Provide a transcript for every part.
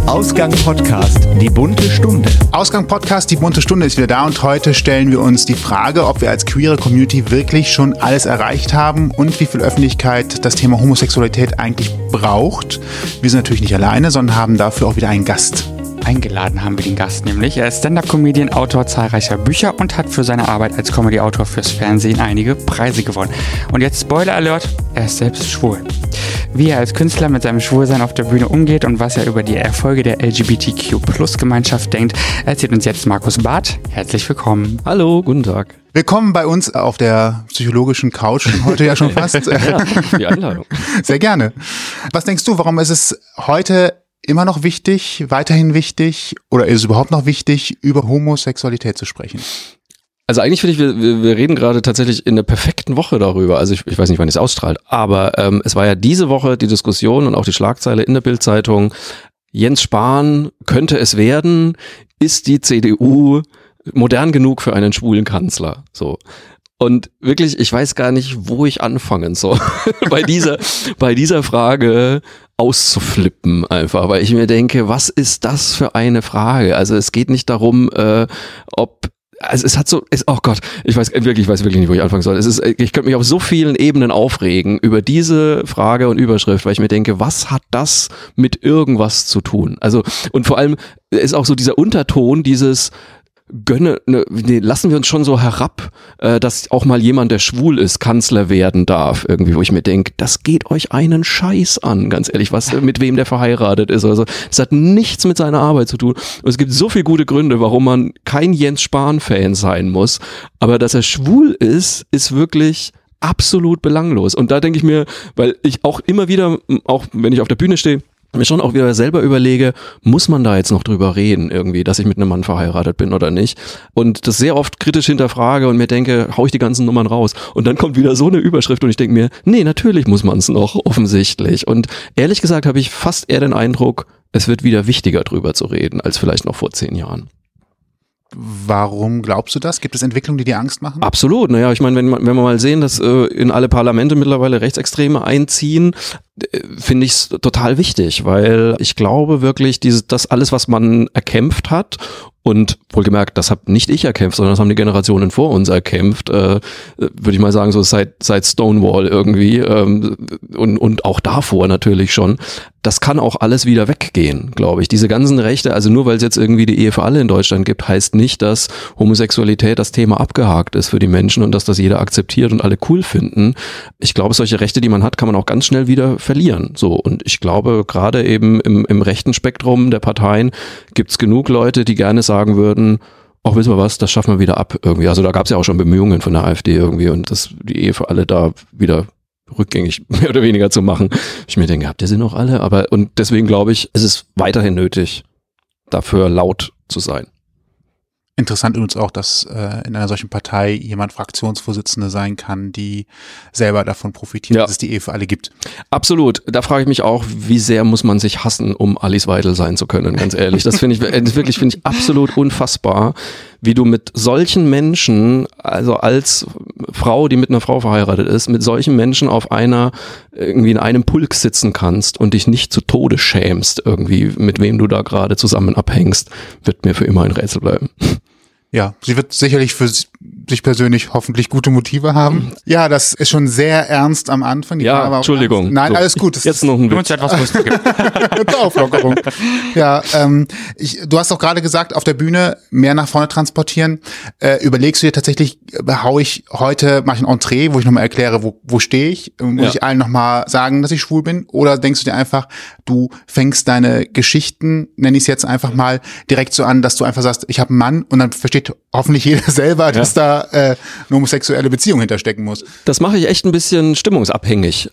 Ausgang Podcast, die bunte Stunde. Ausgang Podcast, die bunte Stunde ist wieder da und heute stellen wir uns die Frage, ob wir als queere Community wirklich schon alles erreicht haben und wie viel Öffentlichkeit das Thema Homosexualität eigentlich braucht. Wir sind natürlich nicht alleine, sondern haben dafür auch wieder einen Gast. Eingeladen haben wir den Gast nämlich. Er ist Stand-Up-Comedian, Autor zahlreicher Bücher und hat für seine Arbeit als Comedy-Autor fürs Fernsehen einige Preise gewonnen. Und jetzt Spoiler-Alert, er ist selbst schwul. Wie er als Künstler mit seinem Schwulsein auf der Bühne umgeht und was er über die Erfolge der LGBTQ+-Gemeinschaft denkt, erzählt uns jetzt Markus Barth. Herzlich willkommen. Hallo, guten Tag. Willkommen bei uns auf der psychologischen Couch, heute ja schon fast. Ja, für die Einladung. Sehr gerne. Was denkst du, warum ist es heute immer noch wichtig, weiterhin wichtig oder ist es überhaupt noch wichtig, über Homosexualität zu sprechen? Also eigentlich finde ich, wir reden gerade tatsächlich in der perfekten Woche darüber. Also ich weiß nicht, wann es ausstrahlt, aber es war ja diese Woche die Diskussion und auch die Schlagzeile in der Bild-Zeitung. Jens Spahn könnte es werden, ist die CDU modern genug für einen schwulen Kanzler? So. Und wirklich, ich weiß gar nicht, wo ich anfangen soll, bei dieser Frage auszuflippen einfach, weil ich mir denke, was ist das für eine Frage? Also es geht nicht darum, oh Gott, ich weiß wirklich nicht, wo ich anfangen soll. Ich könnte mich auf so vielen Ebenen aufregen über diese Frage und Überschrift, weil ich mir denke, was hat das mit irgendwas zu tun? Also, und vor allem ist auch so dieser Unterton, dieses lassen wir uns schon so herab, dass auch mal jemand, der schwul ist, Kanzler werden darf, irgendwie, wo ich mir denke, das geht euch einen Scheiß an, ganz ehrlich, mit wem der verheiratet ist oder so. Das hat nichts mit seiner Arbeit zu tun. Und es gibt so viele gute Gründe, warum man kein Jens Spahn-Fan sein muss, aber dass er schwul ist wirklich absolut belanglos. Und da denke ich mir, weil ich auch immer wieder, auch wenn ich auf der Bühne stehe, mir schon auch wieder selber überlege, muss man da jetzt noch drüber reden irgendwie, dass ich mit einem Mann verheiratet bin oder nicht? Und das sehr oft kritisch hinterfrage und mir denke, hau ich die ganzen Nummern raus. Und dann kommt wieder so eine Überschrift und ich denke mir, nee, natürlich muss man es noch, offensichtlich. Und ehrlich gesagt habe ich fast eher den Eindruck, es wird wieder wichtiger drüber zu reden, als vielleicht noch vor 10 Jahren. Warum glaubst du das? Gibt es Entwicklungen, die dir Angst machen? Absolut. Naja, ich meine, wenn wir mal sehen, dass in alle Parlamente mittlerweile Rechtsextreme einziehen, finde ich es total wichtig, weil ich glaube wirklich, das alles, was man erkämpft hat, und wohlgemerkt, das habe nicht ich erkämpft, sondern das haben die Generationen vor uns erkämpft, würde ich mal sagen, so seit Stonewall irgendwie und auch davor natürlich schon. Das kann auch alles wieder weggehen, glaube ich. Diese ganzen Rechte, also nur weil es jetzt irgendwie die Ehe für alle in Deutschland gibt, heißt nicht, dass Homosexualität das Thema abgehakt ist für die Menschen und dass das jeder akzeptiert und alle cool finden. Ich glaube, solche Rechte, die man hat, kann man auch ganz schnell wieder verlieren. So, und ich glaube, gerade eben im rechten Spektrum der Parteien gibt es genug Leute, die gerne sagen würden, ach, wissen wir was, das schaffen wir wieder ab irgendwie. Also da gab es ja auch schon Bemühungen von der AfD irgendwie und die Ehe für alle da wieder rückgängig mehr oder weniger zu machen. Ich mir denke, habt ihr sie noch alle? Und deswegen glaube ich, es ist weiterhin nötig, dafür laut zu sein. Interessant übrigens auch, dass in einer solchen Partei jemand Fraktionsvorsitzende sein kann, die selber davon profitiert, dass es die Ehe für alle gibt. Absolut. Da frage ich mich auch, wie sehr muss man sich hassen, um Alice Weidel sein zu können, ganz ehrlich. Das finde ich absolut unfassbar, wie du mit solchen Menschen, also als Frau, die mit einer Frau verheiratet ist, mit solchen Menschen irgendwie in einem Pulk sitzen kannst und dich nicht zu Tode schämst, irgendwie, mit wem du da gerade zusammen abhängst, wird mir für immer ein Rätsel bleiben. Ja, sie wird sicherlich für sich persönlich hoffentlich gute Motive haben. Ja, das ist schon sehr ernst am Anfang. Ja, Entschuldigung. Nein, so. Alles gut. Jetzt noch ein Witz. Etwas Lustiges. Auflockerung. Ja, du hast auch gerade gesagt, auf der Bühne mehr nach vorne transportieren. Überlegst du dir tatsächlich, mache ich ein Entree, wo ich nochmal erkläre, wo stehe ich? Muss ich allen nochmal sagen, dass ich schwul bin? Oder denkst du dir einfach, du fängst deine Geschichten, nenne ich es jetzt einfach mal, direkt so an, dass du einfach sagst, ich habe einen Mann und dann versteht hoffentlich jeder selber, dass da eine homosexuelle Beziehung hinterstecken muss. Das mache ich echt ein bisschen stimmungsabhängig.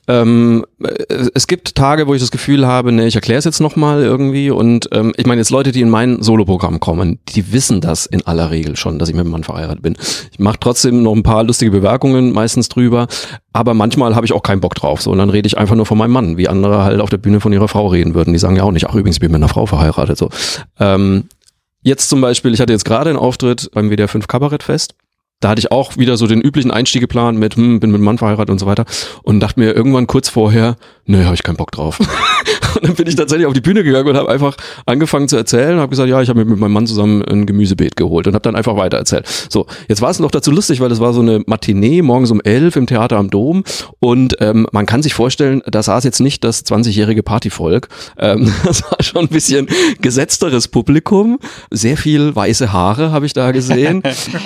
Es gibt Tage, wo ich das Gefühl habe, ich erkläre es jetzt nochmal irgendwie und ich meine jetzt Leute, die in mein Soloprogramm kommen, die wissen das in aller Regel schon, dass ich mit einem Mann verheiratet bin. Ich mache trotzdem noch ein paar lustige Bemerkungen meistens drüber, aber manchmal habe ich auch keinen Bock drauf. So, und dann rede ich einfach nur von meinem Mann, wie andere halt auf der Bühne von ihrer Frau reden würden. Die sagen ja auch nicht, ach übrigens, ich bin mit einer Frau verheiratet. So. Jetzt zum Beispiel, ich hatte jetzt gerade einen Auftritt beim WDR 5 Kabarettfest. Da hatte ich auch wieder so den üblichen Einstieg geplant mit, bin mit einem Mann verheiratet und so weiter und dachte mir irgendwann kurz vorher, habe ich keinen Bock drauf. Und dann bin ich tatsächlich auf die Bühne gegangen und habe einfach angefangen zu erzählen, habe gesagt, ja, ich habe mir mit meinem Mann zusammen ein Gemüsebeet geholt und habe dann einfach weiter erzählt. So, jetzt war es noch dazu lustig, weil es war so eine Matinee morgens um 11 im Theater am Dom und man kann sich vorstellen, da saß jetzt nicht das 20-jährige Partyvolk. Das war schon ein bisschen gesetzteres Publikum. Sehr viel weiße Haare habe ich da gesehen.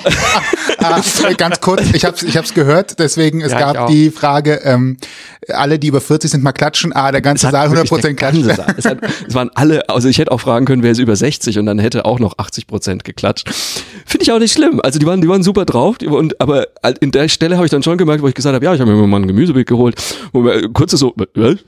Ganz kurz, ich hab's gehört, deswegen, es gab die Frage, alle, die über 40 sind, mal klatschen. Der ganze Saal 100% klatscht. Es waren alle, also ich hätte auch fragen können, wer ist über 60 und dann hätte auch noch 80% geklatscht. Finde ich auch nicht schlimm. Also die waren super drauf, aber in der Stelle habe ich dann schon gemerkt, wo ich gesagt habe, ja, ich habe mir mal ein Gemüsebeet geholt. Kurzes so,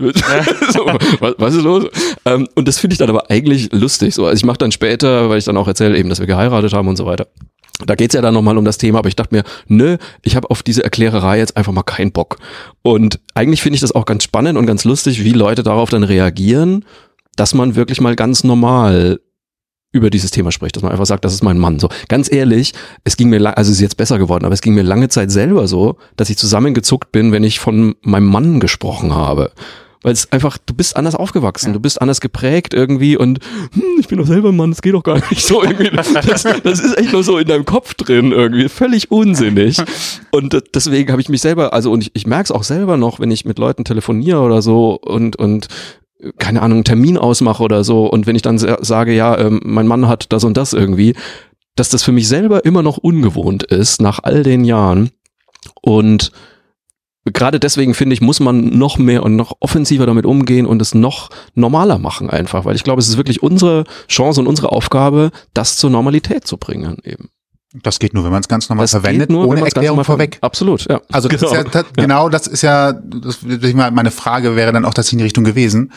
was ist los? Und das finde ich dann aber eigentlich lustig. So, also ich mache dann später, weil ich dann auch erzähle eben, dass wir geheiratet haben und so weiter. Da geht's ja dann nochmal um das Thema, aber ich dachte mir, ich habe auf diese Erklärerei jetzt einfach mal keinen Bock. Und eigentlich finde ich das auch ganz spannend und ganz lustig, wie Leute darauf dann reagieren, dass man wirklich mal ganz normal über dieses Thema spricht, dass man einfach sagt, das ist mein Mann. So, ganz ehrlich, es ging mir, also es ist jetzt besser geworden, aber es ging mir lange Zeit selber so, dass ich zusammengezuckt bin, wenn ich von meinem Mann gesprochen habe. Weil es einfach, du bist anders aufgewachsen, du bist anders geprägt irgendwie und ich bin doch selber ein Mann, das geht doch gar nicht so irgendwie. Das ist echt nur so in deinem Kopf drin irgendwie, völlig unsinnig. Und deswegen habe ich mich selber, also und ich merke es auch selber noch, wenn ich mit Leuten telefoniere oder so und keine Ahnung, einen Termin ausmache oder so und wenn ich dann sage, ja, mein Mann hat das und das irgendwie, dass das für mich selber immer noch ungewohnt ist nach all den Jahren und gerade deswegen finde ich, muss man noch mehr und noch offensiver damit umgehen und es noch normaler machen einfach, weil ich glaube, es ist wirklich unsere Chance und unsere Aufgabe, das zur Normalität zu bringen eben. Das geht nur, wenn man es ganz normal verwendet, ohne Erklärung vorweg. Absolut, ja. Also das ist ja, meine Frage wäre dann auch das in die Richtung gewesen,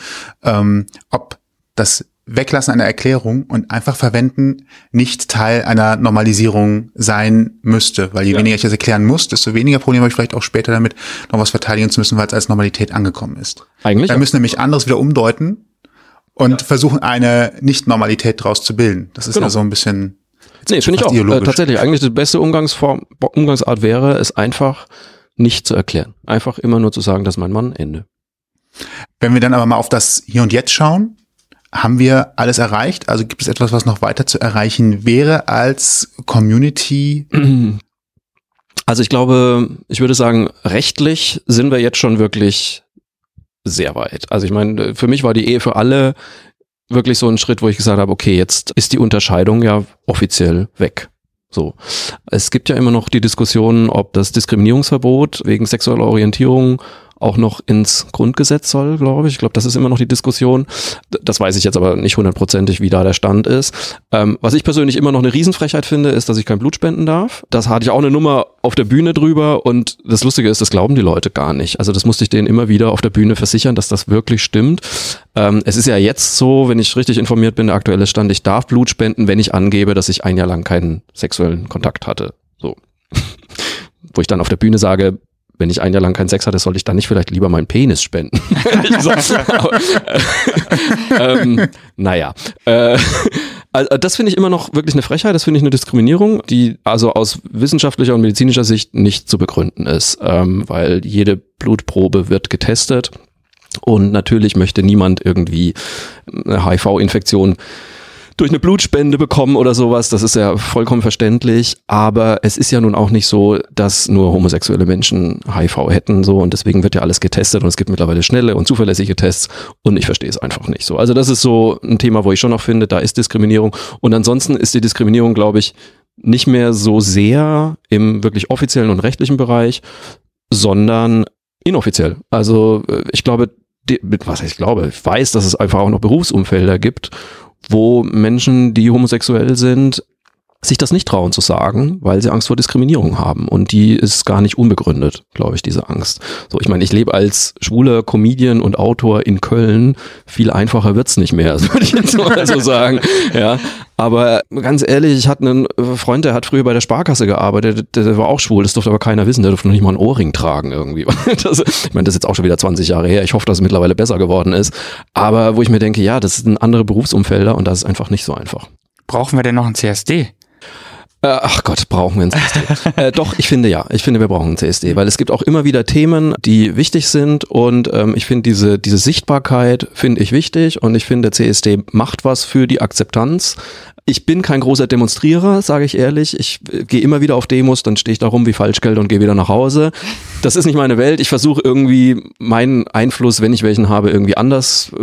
ob das Weglassen einer Erklärung und einfach verwenden nicht Teil einer Normalisierung sein müsste, weil je weniger ich das erklären muss, desto weniger Probleme habe ich vielleicht auch später damit, noch was verteidigen zu müssen, weil es als Normalität angekommen ist. Eigentlich. Wir müssen nämlich anderes wieder umdeuten und versuchen, eine Nicht-Normalität draus zu bilden. Das ist ja so ein bisschen finde ich auch. Tatsächlich, eigentlich die beste Umgangsart wäre, es einfach nicht zu erklären. Einfach immer nur zu sagen, das ist mein Mann, Ende. Wenn wir dann aber mal auf das Hier und Jetzt schauen, haben wir alles erreicht? Also gibt es etwas, was noch weiter zu erreichen wäre als Community? Also ich glaube, ich würde sagen, rechtlich sind wir jetzt schon wirklich sehr weit. Also ich meine, für mich war die Ehe für alle wirklich so ein Schritt, wo ich gesagt habe, okay, jetzt ist die Unterscheidung ja offiziell weg. So. Es gibt ja immer noch die Diskussion, ob das Diskriminierungsverbot wegen sexueller Orientierung auch noch ins Grundgesetz soll, glaube ich. Ich glaube, das ist immer noch die Diskussion. Das weiß ich jetzt aber nicht hundertprozentig, wie da der Stand ist. Was ich persönlich immer noch eine Riesenfrechheit finde, ist, dass ich kein Blut spenden darf. Das hatte ich auch eine Nummer auf der Bühne drüber und das Lustige ist, das glauben die Leute gar nicht. Also das musste ich denen immer wieder auf der Bühne versichern, dass das wirklich stimmt. Es ist ja jetzt so, wenn ich richtig informiert bin, der aktuelle Stand, ich darf Blut spenden, wenn ich angebe, dass ich ein Jahr lang keinen sexuellen Kontakt hatte. So. Wo ich dann auf der Bühne sage, wenn ich ein Jahr lang keinen Sex hatte, sollte ich dann nicht vielleicht lieber meinen Penis spenden. Naja. Also das finde ich immer noch wirklich eine Frechheit, das finde ich eine Diskriminierung, die also aus wissenschaftlicher und medizinischer Sicht nicht zu begründen ist, weil jede Blutprobe wird getestet und natürlich möchte niemand irgendwie eine HIV-Infektion durch eine Blutspende bekommen oder sowas, das ist ja vollkommen verständlich, aber es ist ja nun auch nicht so, dass nur homosexuelle Menschen HIV hätten so und deswegen wird ja alles getestet und es gibt mittlerweile schnelle und zuverlässige Tests und ich verstehe es einfach nicht so. Also das ist so ein Thema, wo ich schon noch finde, da ist Diskriminierung und ansonsten ist die Diskriminierung, glaube ich, nicht mehr so sehr im wirklich offiziellen und rechtlichen Bereich, sondern inoffiziell. Also ich glaube, ich weiß, dass es einfach auch noch Berufsumfelder gibt, wo Menschen, die homosexuell sind, sich das nicht trauen zu sagen, weil sie Angst vor Diskriminierung haben. Und die ist gar nicht unbegründet, glaube ich, diese Angst. So, ich meine, ich lebe als schwuler Comedian und Autor in Köln. Viel einfacher wird's nicht mehr, das würde ich jetzt mal so sagen. Ja, aber ganz ehrlich, ich hatte einen Freund, der hat früher bei der Sparkasse gearbeitet, der war auch schwul, das durfte aber keiner wissen, der durfte noch nicht mal einen Ohrring tragen irgendwie. Ich meine, das ist jetzt auch schon wieder 20 Jahre her. Ich hoffe, dass es mittlerweile besser geworden ist. Aber wo ich mir denke, ja, das sind andere Berufsumfelder und das ist einfach nicht so einfach. Brauchen wir denn noch ein CSD? Ach Gott, brauchen wir einen CSD? Doch, ich finde, wir brauchen einen CSD, weil es gibt auch immer wieder Themen, die wichtig sind und ich finde diese Sichtbarkeit finde ich wichtig und ich finde, der CSD macht was für die Akzeptanz. Ich bin kein großer Demonstrierer, sage ich ehrlich. Ich gehe immer wieder auf Demos, dann stehe ich da rum wie Falschgeld und gehe wieder nach Hause. Das ist nicht meine Welt. Ich versuche irgendwie meinen Einfluss, wenn ich welchen habe, irgendwie anders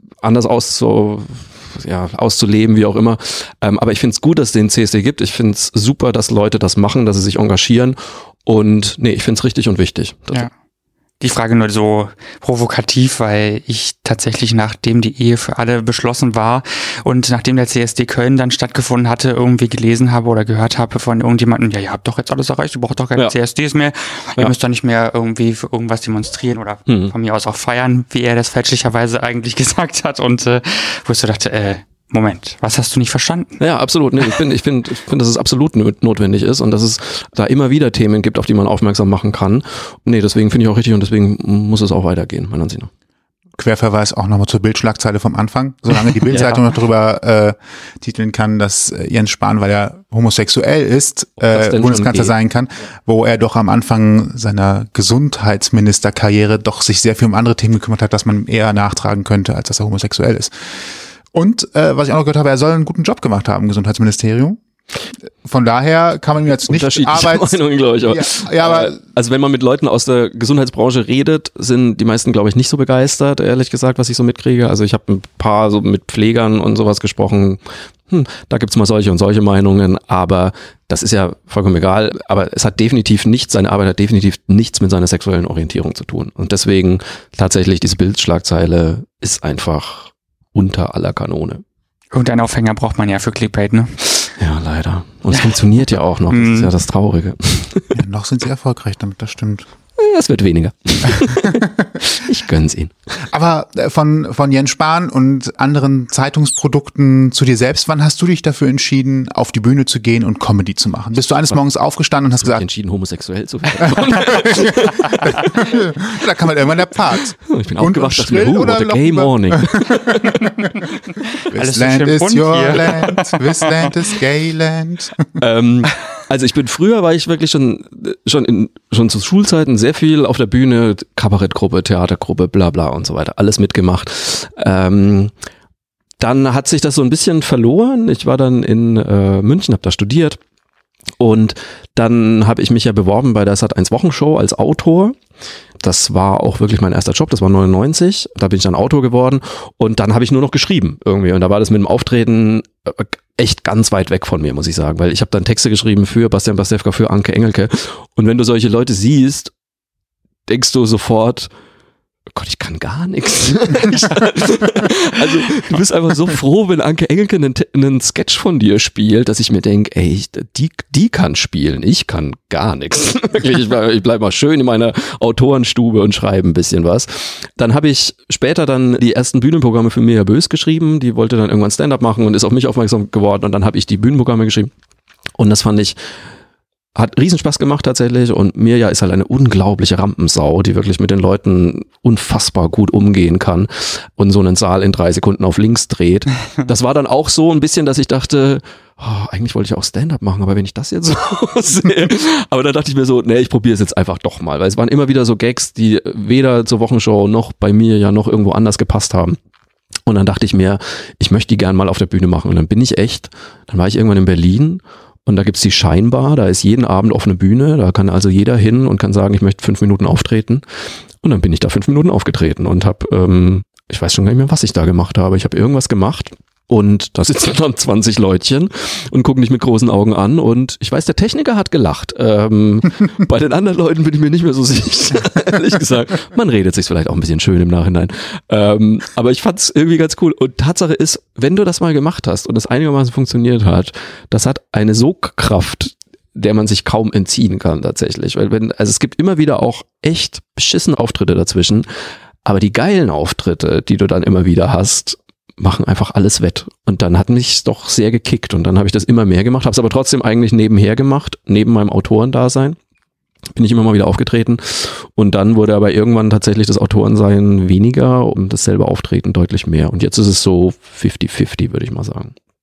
auszuleben, wie auch immer. Aber ich finde es gut, dass es den CSD gibt. Ich finde es super, dass Leute das machen, dass sie sich engagieren. Und ich finde es richtig und wichtig. Ja. Die Frage nur so provokativ, weil ich tatsächlich, nachdem die Ehe für alle beschlossen war und nachdem der CSD Köln dann stattgefunden hatte, irgendwie gelesen habe oder gehört habe von irgendjemandem, ja, ihr habt doch jetzt alles erreicht, ihr braucht doch keine CSDs mehr, ihr müsst doch nicht mehr irgendwie für irgendwas demonstrieren oder von mir aus auch feiern, wie er das fälschlicherweise eigentlich gesagt hat und wo ich so dachte, Moment, was hast du nicht verstanden? Ja, absolut. Nee, ich finde, dass es absolut notwendig ist und dass es da immer wieder Themen gibt, auf die man aufmerksam machen kann. Nee, deswegen finde ich auch richtig und deswegen muss es auch weitergehen, meiner Ansicht nach. Querverweis auch nochmal zur Bildschlagzeile vom Anfang. Solange die Bildzeitung noch darüber titeln kann, dass Jens Spahn, weil er homosexuell ist, Bundeskanzler sein kann, wo er doch am Anfang seiner Gesundheitsministerkarriere doch sich sehr viel um andere Themen gekümmert hat, dass man eher nachtragen könnte, als dass er homosexuell ist. Und was ich auch noch gehört habe, er soll einen guten Job gemacht haben im Gesundheitsministerium. Von daher kann man ihm jetzt nicht Meinungen, glaube ich. Aber also wenn man mit Leuten aus der Gesundheitsbranche redet, sind die meisten, glaube ich, nicht so begeistert, ehrlich gesagt, was ich so mitkriege. Also ich habe ein paar so mit Pflegern und sowas gesprochen. Da gibt's mal solche und solche Meinungen, aber das ist ja vollkommen egal. Aber es hat seine Arbeit hat definitiv nichts mit seiner sexuellen Orientierung zu tun. Und deswegen tatsächlich diese Bildschlagzeile ist einfach unter aller Kanone. Irgendeinen Aufhänger braucht man ja für Clickbait, ne? Ja, leider. Und es funktioniert ja auch noch. Das ist ja das Traurige. Ja, noch sind sie erfolgreich damit, das stimmt. Ja, es wird weniger. Ich gönn's ihnen. Aber von Jens Spahn und anderen Zeitungsprodukten zu dir selbst, wann hast du dich dafür entschieden, auf die Bühne zu gehen und Comedy zu machen? Bist du eines Morgens aufgestanden und hast gesagt... entschieden, homosexuell zu werden? Da kann man irgendwann der Part. Ich bin aufgewacht, dachte mir, what a gay morning. This land is your land, this land is gay land. Also war ich wirklich schon zu Schulzeiten sehr viel auf der Bühne, Kabarettgruppe, Theatergruppe, bla bla und so weiter, alles mitgemacht. Dann hat sich das so ein bisschen verloren. Ich war dann in München, habe da studiert und dann habe ich mich ja beworben bei der Sat.1 Wochenshow als Autor. Das war auch wirklich mein erster Job, das war 99, da bin ich dann Autor geworden und dann habe ich nur noch geschrieben irgendwie und da war das mit dem Auftreten echt ganz weit weg von mir, muss ich sagen, weil ich habe dann Texte geschrieben für Bastian Pastewka, für Anke Engelke und wenn du solche Leute siehst, denkst du sofort, oh Gott, ich kann gar nichts. Also du bist einfach so froh, wenn Anke Engelke einen Sketch von dir spielt, dass ich mir denke, ey, die kann spielen, ich kann gar nichts. Wirklich, ich bleib mal schön in meiner Autorenstube und schreibe ein bisschen was. Dann habe ich später dann die ersten Bühnenprogramme für Mirja Bös geschrieben, die wollte dann irgendwann Stand-up machen und ist auf mich aufmerksam geworden und dann habe ich die Bühnenprogramme geschrieben und das fand ich hat Riesenspaß gemacht tatsächlich und Mirja ist halt eine unglaubliche Rampensau, die wirklich mit den Leuten unfassbar gut umgehen kann und so einen Saal in 3 Sekunden auf links dreht. Das war dann auch so ein bisschen, dass ich dachte, eigentlich wollte ich auch Stand-up machen, aber wenn ich das jetzt so sehe. Aber dann dachte ich mir so, ich probiere es jetzt einfach doch mal, weil es waren immer wieder so Gags, die weder zur Wochenshow noch bei Mirja noch irgendwo anders gepasst haben. Und dann dachte ich mir, ich möchte die gern mal auf der Bühne machen und dann war ich irgendwann in Berlin. Und da gibt's die Scheinbar, da ist jeden Abend offene Bühne, da kann also jeder hin und kann sagen, ich möchte 5 Minuten auftreten. Und dann bin ich da 5 Minuten aufgetreten und habe, ich weiß schon gar nicht mehr, was ich da gemacht habe. Ich habe irgendwas gemacht und da sitzen dann 20 Leutchen und gucken dich mit großen Augen an und ich weiß, der Techniker hat gelacht. Bei den anderen Leuten bin ich mir nicht mehr so sicher, ehrlich gesagt. Man redet sich vielleicht auch ein bisschen schön im Nachhinein. Aber ich fand's irgendwie ganz cool. Und Tatsache ist, wenn du das mal gemacht hast und es einigermaßen funktioniert hat, das hat eine Sogkraft, der man sich kaum entziehen kann tatsächlich. Weil es gibt immer wieder auch echt beschissene Auftritte dazwischen, aber die geilen Auftritte, die du dann immer wieder hast, machen einfach alles wett. Und dann hat mich doch sehr gekickt und dann habe ich das immer mehr gemacht, habe es aber trotzdem eigentlich nebenher gemacht, neben meinem Autorendasein. Bin ich immer mal wieder aufgetreten und dann wurde aber irgendwann tatsächlich das Autorensein weniger und das selber Auftreten deutlich mehr. Und jetzt ist es so 50-50, würde ich mal sagen.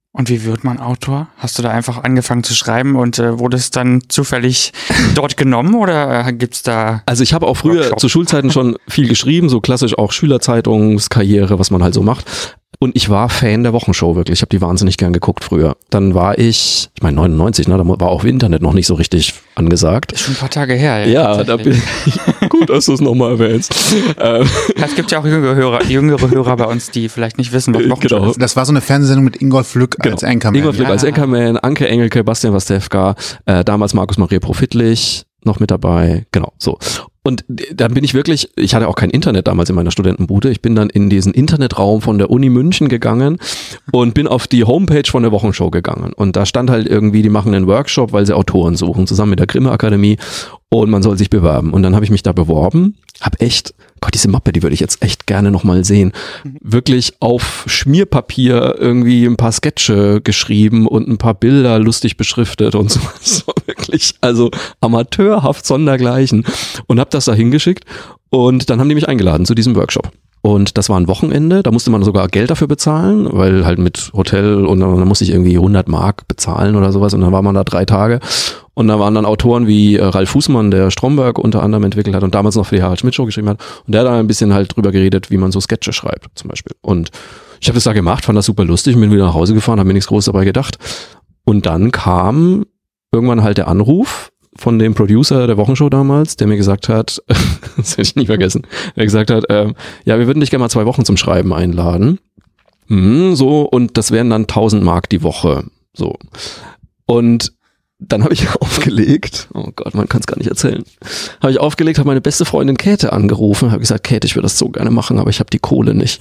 Und wie wird man Autor? Hast du da einfach angefangen zu schreiben und wurde es dann zufällig dort genommen oder gibt's da... Also ich habe auch früher Workshop? zu Schulzeiten schon viel geschrieben, so klassisch auch Schülerzeitungskarriere, was man halt so macht. Und ich war Fan der Wochenshow wirklich. Ich habe die wahnsinnig gern geguckt früher. Dann war ich meine 99, ne, da war auch Internet noch nicht so richtig angesagt. Ist schon ein paar Tage her. Ja, da bin ich. Gut, dass du es nochmal erwähnst. Es gibt ja auch jüngere Hörer bei uns, die vielleicht nicht wissen, was Wochenshow Genau. ist. Das war so eine Fernsehsendung mit Ingolf Lück als Anchorman. Ingolf Lück Ja. als Anchorman, Anke Engelke, Bastian Pastewka, damals Markus Maria Profitlich noch mit dabei. Genau, so. Und dann bin ich wirklich, ich hatte auch kein Internet damals in meiner Studentenbude, ich bin dann in diesen Internetraum von der Uni München gegangen und bin auf die Homepage von der Wochenshow gegangen. Und da stand halt irgendwie, die machen einen Workshop, weil sie Autoren suchen, zusammen mit der Grimme Akademie und man soll sich bewerben. Und dann habe ich mich da beworben, habe echt, Gott, diese Mappe, die würde ich jetzt echt gerne nochmal sehen, wirklich auf Schmierpapier irgendwie ein paar Sketche geschrieben und ein paar Bilder lustig beschriftet und so. Das war wirklich, also amateurhaft sondergleichen. Und habe das da hingeschickt und dann haben die mich eingeladen zu diesem Workshop. Und das war ein Wochenende, da musste man sogar Geld dafür bezahlen, weil halt mit Hotel und dann musste ich irgendwie 100 Mark bezahlen oder sowas und dann war man da 3 Tage und da waren dann Autoren wie Ralf Fußmann, der Stromberg unter anderem entwickelt hat und damals noch für die Harald Schmidt Show geschrieben hat und der hat dann ein bisschen halt drüber geredet, wie man so Sketche schreibt zum Beispiel. Und ich habe das da gemacht, fand das super lustig, bin wieder nach Hause gefahren, habe mir nichts Großes dabei gedacht und dann kam irgendwann halt der Anruf von dem Producer der Wochenshow damals, der mir gesagt hat, das werde ich nie vergessen, der gesagt hat, ja, wir würden dich gerne mal 2 Wochen zum Schreiben einladen. So, und das wären dann 1000 Mark die Woche. So. Und dann habe ich aufgelegt, oh Gott, man kann es gar nicht erzählen, habe ich aufgelegt, habe meine beste Freundin Käthe angerufen, habe gesagt, Käthe, ich würde das so gerne machen, aber ich habe die Kohle nicht.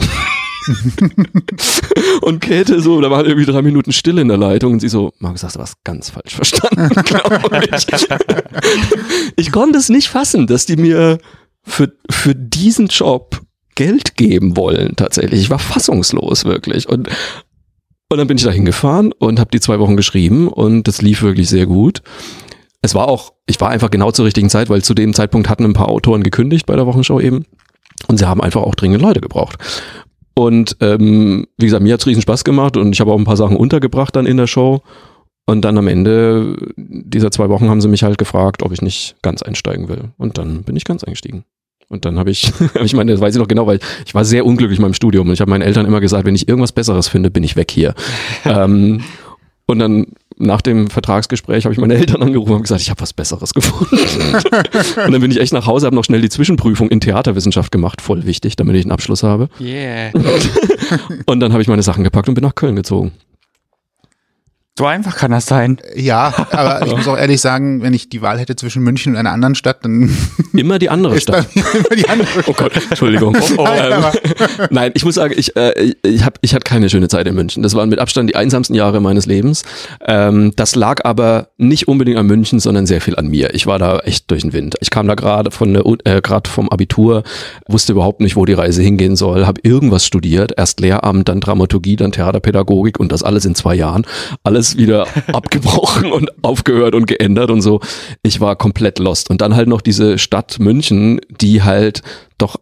Und Käthe so, da waren irgendwie 3 Minuten Stille in der Leitung und sie so, Markus, hast du was ganz falsch verstanden, glaube ich. Ich konnte es nicht fassen, dass die mir für diesen Job Geld geben wollen tatsächlich. Ich war fassungslos wirklich und dann bin ich da hingefahren und habe die 2 Wochen geschrieben und das lief wirklich sehr gut. Ich war einfach genau zur richtigen Zeit, weil zu dem Zeitpunkt hatten ein paar Autoren gekündigt bei der Wochenshow eben und sie haben einfach auch dringend Leute gebraucht. Und wie gesagt, mir hat's riesen Spaß gemacht und ich habe auch ein paar Sachen untergebracht dann in der Show. Und dann am Ende dieser 2 Wochen haben sie mich halt gefragt, ob ich nicht ganz einsteigen will. Und dann bin ich ganz eingestiegen. Und dann habe ich meine, das weiß ich noch genau, weil ich war sehr unglücklich in meinem Studium. Und ich habe meinen Eltern immer gesagt, wenn ich irgendwas Besseres finde, bin ich weg hier. Und dann nach dem Vertragsgespräch habe ich meine Eltern angerufen und gesagt, ich habe was Besseres gefunden. Und dann bin ich echt nach Hause, habe noch schnell die Zwischenprüfung in Theaterwissenschaft gemacht, voll wichtig, damit ich einen Abschluss habe. Yeah. Und dann habe ich meine Sachen gepackt und bin nach Köln gezogen. So einfach kann das sein. Ja, aber ich muss auch ehrlich sagen, wenn ich die Wahl hätte zwischen München und einer anderen Stadt, dann Immer die andere ist bei Stadt. mir immer die andere Oh Gott, Entschuldigung. Nein, aber- Nein, ich muss sagen, ich hatte keine schöne Zeit in München. Das waren mit Abstand die einsamsten Jahre meines Lebens. Das lag aber nicht unbedingt an München, sondern sehr viel an mir. Ich war da echt durch den Wind. Ich kam da gerade vom Abitur, wusste überhaupt nicht, wo die Reise hingehen soll, habe irgendwas studiert, erst Lehramt, dann Dramaturgie, dann Theaterpädagogik und das alles in 2 Jahren. Alles wieder abgebrochen und aufgehört und geändert und so. Ich war komplett lost. Und dann halt noch diese Stadt München, die halt doch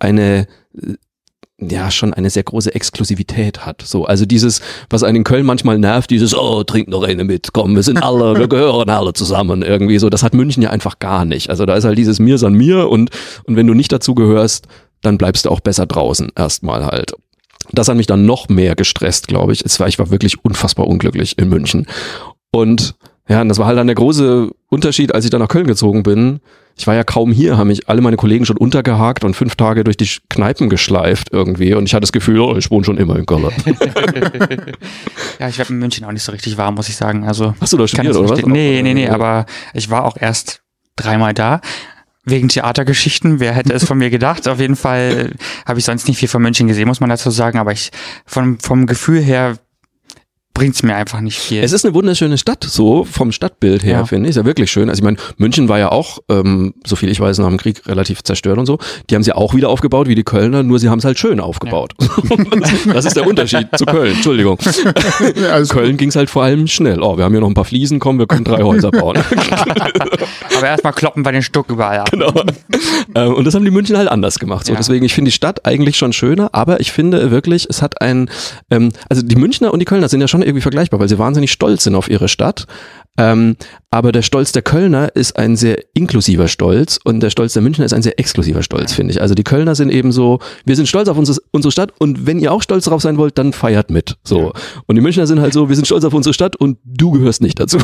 schon eine sehr große Exklusivität hat. So, also dieses, was einen in Köln manchmal nervt, dieses, oh, trink noch eine mit, komm, wir gehören alle zusammen irgendwie so. Das hat München ja einfach gar nicht. Also da ist halt dieses Mir san mir und wenn du nicht dazu gehörst, dann bleibst du auch besser draußen erstmal halt. Das hat mich dann noch mehr gestresst, glaube ich. Ich war wirklich unfassbar unglücklich in München. Und ja, und das war halt dann der große Unterschied, als ich dann nach Köln gezogen bin. Ich war ja kaum hier, haben mich alle meine Kollegen schon untergehakt und 5 Tage durch die Kneipen geschleift irgendwie. Und ich hatte das Gefühl, oh, ich wohne schon immer in Köln. Ja, ich werde in München auch nicht so richtig warm, muss ich sagen. Also, Hast du da studiert, oder was? Nee, aber ich war auch erst 3-mal da. Wegen Theatergeschichten, wer hätte es von mir gedacht? Auf jeden Fall habe ich sonst nicht viel von München gesehen, muss man dazu sagen, aber vom Gefühl her bringt's mir einfach nicht viel. Es ist eine wunderschöne Stadt, so vom Stadtbild her, Ja. finde ich. Ist ja wirklich schön. Also ich meine, München war ja auch, so viel ich weiß, nach dem Krieg relativ zerstört und so. Die haben sie auch wieder aufgebaut, wie die Kölner, nur sie haben es halt schön aufgebaut. Das ist der Unterschied zu Köln, Entschuldigung. alles Köln ging es halt vor allem schnell. Oh, wir haben hier noch ein paar Fliesen, komm, wir können 3 Häuser bauen. Aber erstmal kloppen bei den Stuck überall ab. Genau. Und das haben die München halt anders gemacht. So. Ja. Deswegen, ich finde die Stadt eigentlich schon schöner, aber ich finde wirklich, es hat also die Münchner und die Kölner sind ja schon irgendwie vergleichbar, weil sie wahnsinnig stolz sind auf ihre Stadt. Aber der Stolz der Kölner ist ein sehr inklusiver Stolz und der Stolz der Münchner ist ein sehr exklusiver Stolz, finde ich. Also die Kölner sind eben so, wir sind stolz auf unsere Stadt und wenn ihr auch stolz darauf sein wollt, dann feiert mit. So. Und die Münchner sind halt so, wir sind stolz auf unsere Stadt und du gehörst nicht dazu.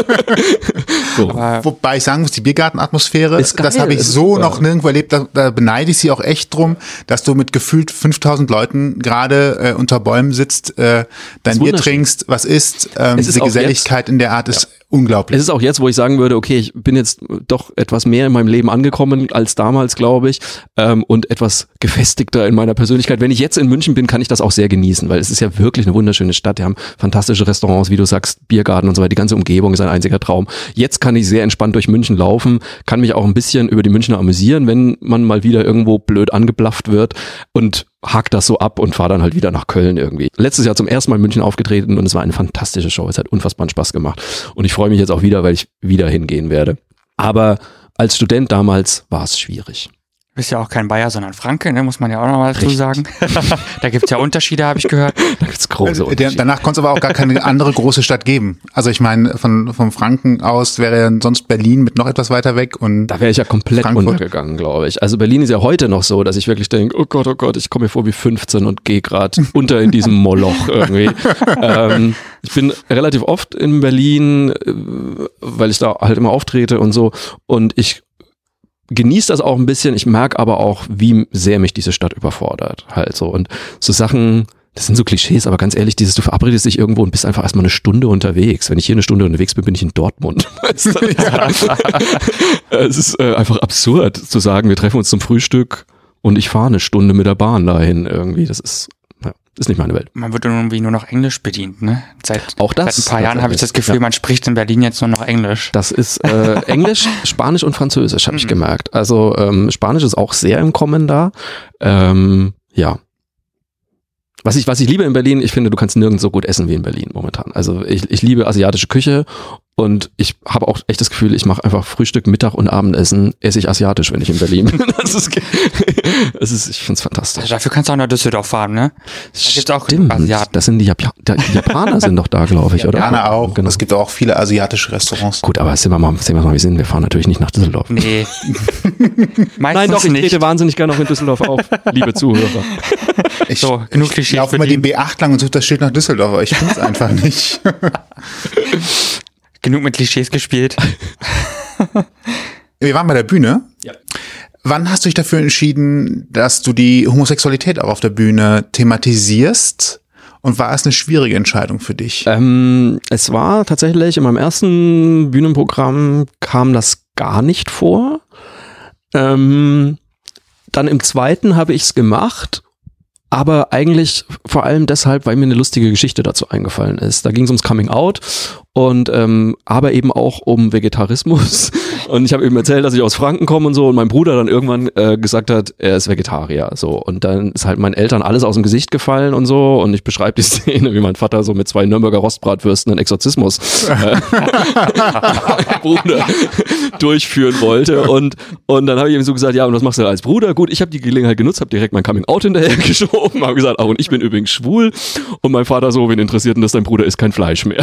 So. Wobei ich sagen muss, die Biergartenatmosphäre, Ist geil, das habe ich ist so super. noch nirgendwo erlebt, da beneide ich sie auch echt drum, dass du mit gefühlt 5000 Leuten gerade unter Bäumen sitzt, dein Bier wunderschön. trinkst, was isst, Es ist diese auch Geselligkeit in der Art ist unglaublich. Es ist auch jetzt, wo ich sagen würde, okay, ich bin jetzt doch etwas mehr in meinem Leben angekommen als damals, glaube ich, und etwas gefestigter in meiner Persönlichkeit. Wenn ich jetzt in München bin, kann ich das auch sehr genießen, weil es ist ja wirklich eine wunderschöne Stadt. Die haben fantastische Restaurants, wie du sagst, Biergarten und so weiter. Die ganze Umgebung ist ein einziger Traum. Jetzt kann ich sehr entspannt durch München laufen, kann mich auch ein bisschen über die Münchner amüsieren, wenn man mal wieder irgendwo blöd angeblafft wird und hakt das so ab und fahre dann halt wieder nach Köln irgendwie. Letztes Jahr zum ersten Mal in München aufgetreten und es war eine fantastische Show. Es hat unfassbar Spaß gemacht und ich freue mich jetzt auch wieder, weil ich wieder hingehen werde. Aber als Student damals war es schwierig. Du bist ja auch kein Bayer, sondern Franke, ne? Muss man ja auch noch mal dazu Richtig. sagen. Da gibt's ja Unterschiede, habe ich gehört. Da gibt's große Unterschiede. Danach konnte es aber auch gar keine andere große Stadt geben. Also ich meine, vom Franken aus wäre ja sonst Berlin mit noch etwas weiter weg und Da wäre ich ja komplett Frankfurt. untergegangen, glaube ich. Also Berlin ist ja heute noch so, dass ich wirklich denke, oh Gott, ich komme mir vor wie 15 und gehe gerade unter in diesem Moloch irgendwie. Ich bin relativ oft in Berlin, weil ich da halt immer auftrete und so. Und ich genieße das auch ein bisschen. Ich merke aber auch, wie sehr mich diese Stadt überfordert. Halt so. Und so Sachen, das sind so Klischees, aber ganz ehrlich, du verabredest dich irgendwo und bist einfach erstmal eine Stunde unterwegs. Wenn ich hier eine Stunde unterwegs bin, bin ich in Dortmund. Weißt du? Es ist einfach absurd zu sagen, wir treffen uns zum Frühstück und ich fahre eine Stunde mit der Bahn dahin irgendwie. Das ist nicht meine Welt. Man wird irgendwie nur noch Englisch bedient, ne? Auch das Seit ein paar Jahren habe ich das Gefühl, ja. man spricht in Berlin jetzt nur noch Englisch. Das ist Englisch, Spanisch und Französisch, habe ich gemerkt. Also Spanisch ist auch sehr im Kommen da. Ja. Was ich liebe in Berlin, ich finde, du kannst nirgends so gut essen wie in Berlin momentan. Also ich liebe asiatische Küche und ich habe auch echt das Gefühl, ich mache einfach Frühstück, Mittag und Abendessen, esse ich asiatisch, wenn ich in Berlin bin. Ich finde es fantastisch. Also dafür kannst du auch nach Düsseldorf fahren, ne? Da gibt's auch Stimmt, Asiaten. das sind die Japaner sind doch da, glaube ich, oder? Japaner auch. Genau. Es gibt auch viele asiatische Restaurants. Gut, aber sehen wir mal, wie sind. Wir fahren natürlich nicht nach Düsseldorf. Nee. Meistens Nein, doch, ich nicht. trete wahnsinnig gerne auch in Düsseldorf auf, liebe Zuhörer. Ich, So, genug Klischees ich laufe für immer die. die B8 lang und suche das Schild nach Düsseldorf, aber ich finde es einfach nicht. Genug mit Klischees gespielt. Wir waren bei der Bühne. Ja. Wann hast du dich dafür entschieden, dass du die Homosexualität auch auf der Bühne thematisierst? Und war es eine schwierige Entscheidung für dich? Es war tatsächlich, in meinem ersten Bühnenprogramm kam das gar nicht vor. Dann im zweiten habe ich es gemacht, aber eigentlich vor allem deshalb, weil mir eine lustige Geschichte dazu eingefallen ist. Da ging es ums Coming Out und aber eben auch um Vegetarismus. Und ich habe eben erzählt, dass ich aus Franken komme und so und mein Bruder dann irgendwann gesagt hat, er ist Vegetarier. So. Und dann ist halt meinen Eltern alles aus dem Gesicht gefallen und so und ich beschreibe die Szene, wie mein Vater so mit 2 Nürnberger Rostbratwürsten einen Exorzismus Bruder durchführen wollte. Und dann habe ich ihm so gesagt, ja, und was machst du als Bruder? Gut, ich habe die Gelegenheit genutzt, habe direkt mein Coming Out hinterher geschoben, habe gesagt, und ich bin übrigens schwul. Und mein Vater so, wen interessiert denn das, dein Bruder isst kein Fleisch mehr.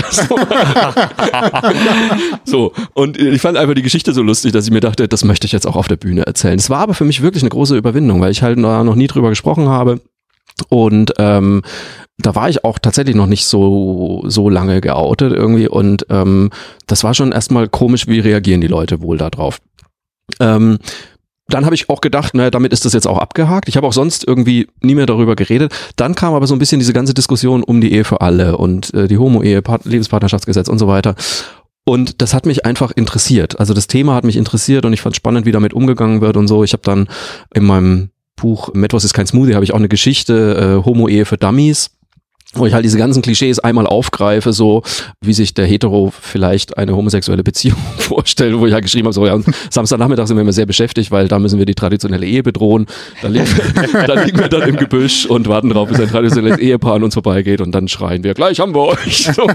So, und ich fand einfach die Geschichte so lustig, dass ich mir dachte, das möchte ich jetzt auch auf der Bühne erzählen. Es war aber für mich wirklich eine große Überwindung, weil ich halt noch nie drüber gesprochen habe. Und da war ich auch tatsächlich noch nicht so lange geoutet irgendwie und das war schon erstmal komisch, wie reagieren die Leute wohl da drauf. Dann habe ich auch gedacht, naja, damit ist das jetzt auch abgehakt. Ich habe auch sonst irgendwie nie mehr darüber geredet. Dann kam aber so ein bisschen diese ganze Diskussion um die Ehe für alle und die Homo-Ehe, Lebenspartnerschaftsgesetz und so weiter. Und das hat mich einfach interessiert. Also das Thema hat mich interessiert und ich fand spannend, wie damit umgegangen wird und so. Ich habe dann in meinem Buch Metwurst ist kein Smoothie habe ich auch eine Geschichte, Homo-Ehe für Dummies, wo ich halt diese ganzen Klischees einmal aufgreife, so wie sich der Hetero vielleicht eine homosexuelle Beziehung vorstellt, wo ich halt geschrieben habe, so ja, Samstagnachmittag sind wir immer sehr beschäftigt, weil da müssen wir die traditionelle Ehe bedrohen. Da liegen wir dann im Gebüsch und warten drauf, bis ein traditionelles Ehepaar an uns vorbeigeht und dann schreien wir, gleich haben wir euch. So,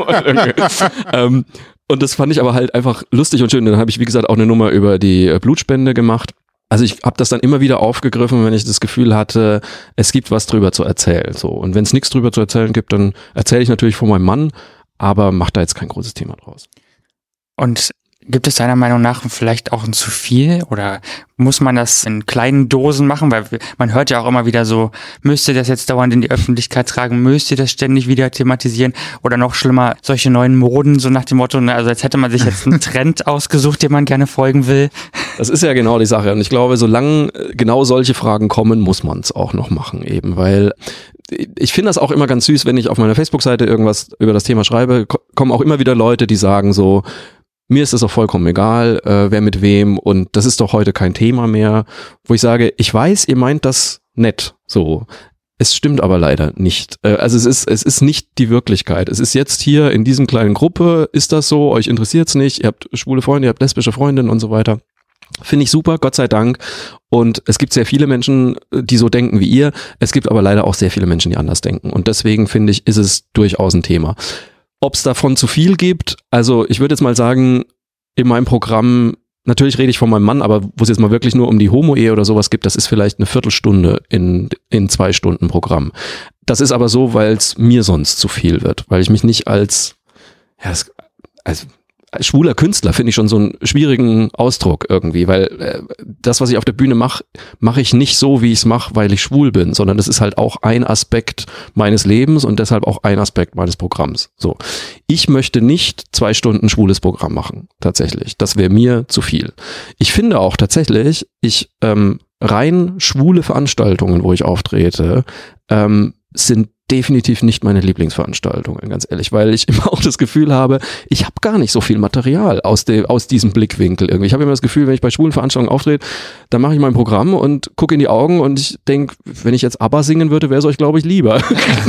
und das fand ich aber halt einfach lustig und schön. Dann habe ich, wie gesagt, auch eine Nummer über die Blutspende gemacht. Also ich habe das dann immer wieder aufgegriffen, wenn ich das Gefühl hatte, es gibt was drüber zu erzählen. So. Und wenn es nichts drüber zu erzählen gibt, dann erzähle ich natürlich von meinem Mann, aber mache da jetzt kein großes Thema draus. Und gibt es deiner Meinung nach vielleicht auch ein zu viel oder muss man das in kleinen Dosen machen? Weil man hört ja auch immer wieder so, müsst ihr das jetzt dauernd in die Öffentlichkeit tragen, müsst ihr das ständig wieder thematisieren oder noch schlimmer, solche neuen Moden, so nach dem Motto, also als hätte man sich jetzt einen Trend ausgesucht, dem man gerne folgen will. Das ist ja genau die Sache und ich glaube, solange genau solche Fragen kommen, muss man es auch noch machen eben, weil ich finde das auch immer ganz süß, wenn ich auf meiner Facebook-Seite irgendwas über das Thema schreibe, kommen auch immer wieder Leute, die sagen so, mir ist das auch vollkommen egal, wer mit wem und das ist doch heute kein Thema mehr, wo ich sage, ich weiß, ihr meint das nett, so. Es stimmt aber leider nicht. Also es ist nicht die Wirklichkeit. Es ist jetzt hier in diesem kleinen Gruppe, ist das so, euch interessiert's nicht, ihr habt schwule Freunde, ihr habt lesbische Freundinnen und so weiter. Finde ich super, Gott sei Dank. Und es gibt sehr viele Menschen, die so denken wie ihr. Es gibt aber leider auch sehr viele Menschen, die anders denken. Und deswegen finde ich, ist es durchaus ein Thema. Ob es davon zu viel gibt, also ich würde jetzt mal sagen, in meinem Programm, natürlich rede ich von meinem Mann, aber wo es jetzt mal wirklich nur um die Homo-Ehe oder sowas gibt, das ist vielleicht eine Viertelstunde in 2 Stunden Programm. Das ist aber so, weil es mir sonst zu viel wird, weil ich mich nicht als schwuler Künstler finde ich schon so einen schwierigen Ausdruck irgendwie, weil das, was ich auf der Bühne mache ich nicht so, wie ich es mache, weil ich schwul bin, sondern das ist halt auch ein Aspekt meines Lebens und deshalb auch ein Aspekt meines Programms. So, ich möchte nicht 2 Stunden schwules Programm machen, tatsächlich. Das wäre mir zu viel. Ich finde auch tatsächlich, rein schwule Veranstaltungen, wo ich auftrete, sind definitiv nicht meine Lieblingsveranstaltungen, ganz ehrlich, weil ich immer auch das Gefühl habe, ich habe gar nicht so viel Material aus diesem Blickwinkel irgendwie. Ich habe immer das Gefühl, wenn ich bei schwulen Veranstaltungen auftrete, dann mache ich mein Programm und gucke in die Augen und ich denke, wenn ich jetzt ABBA singen würde, wäre es euch, glaube ich, lieber.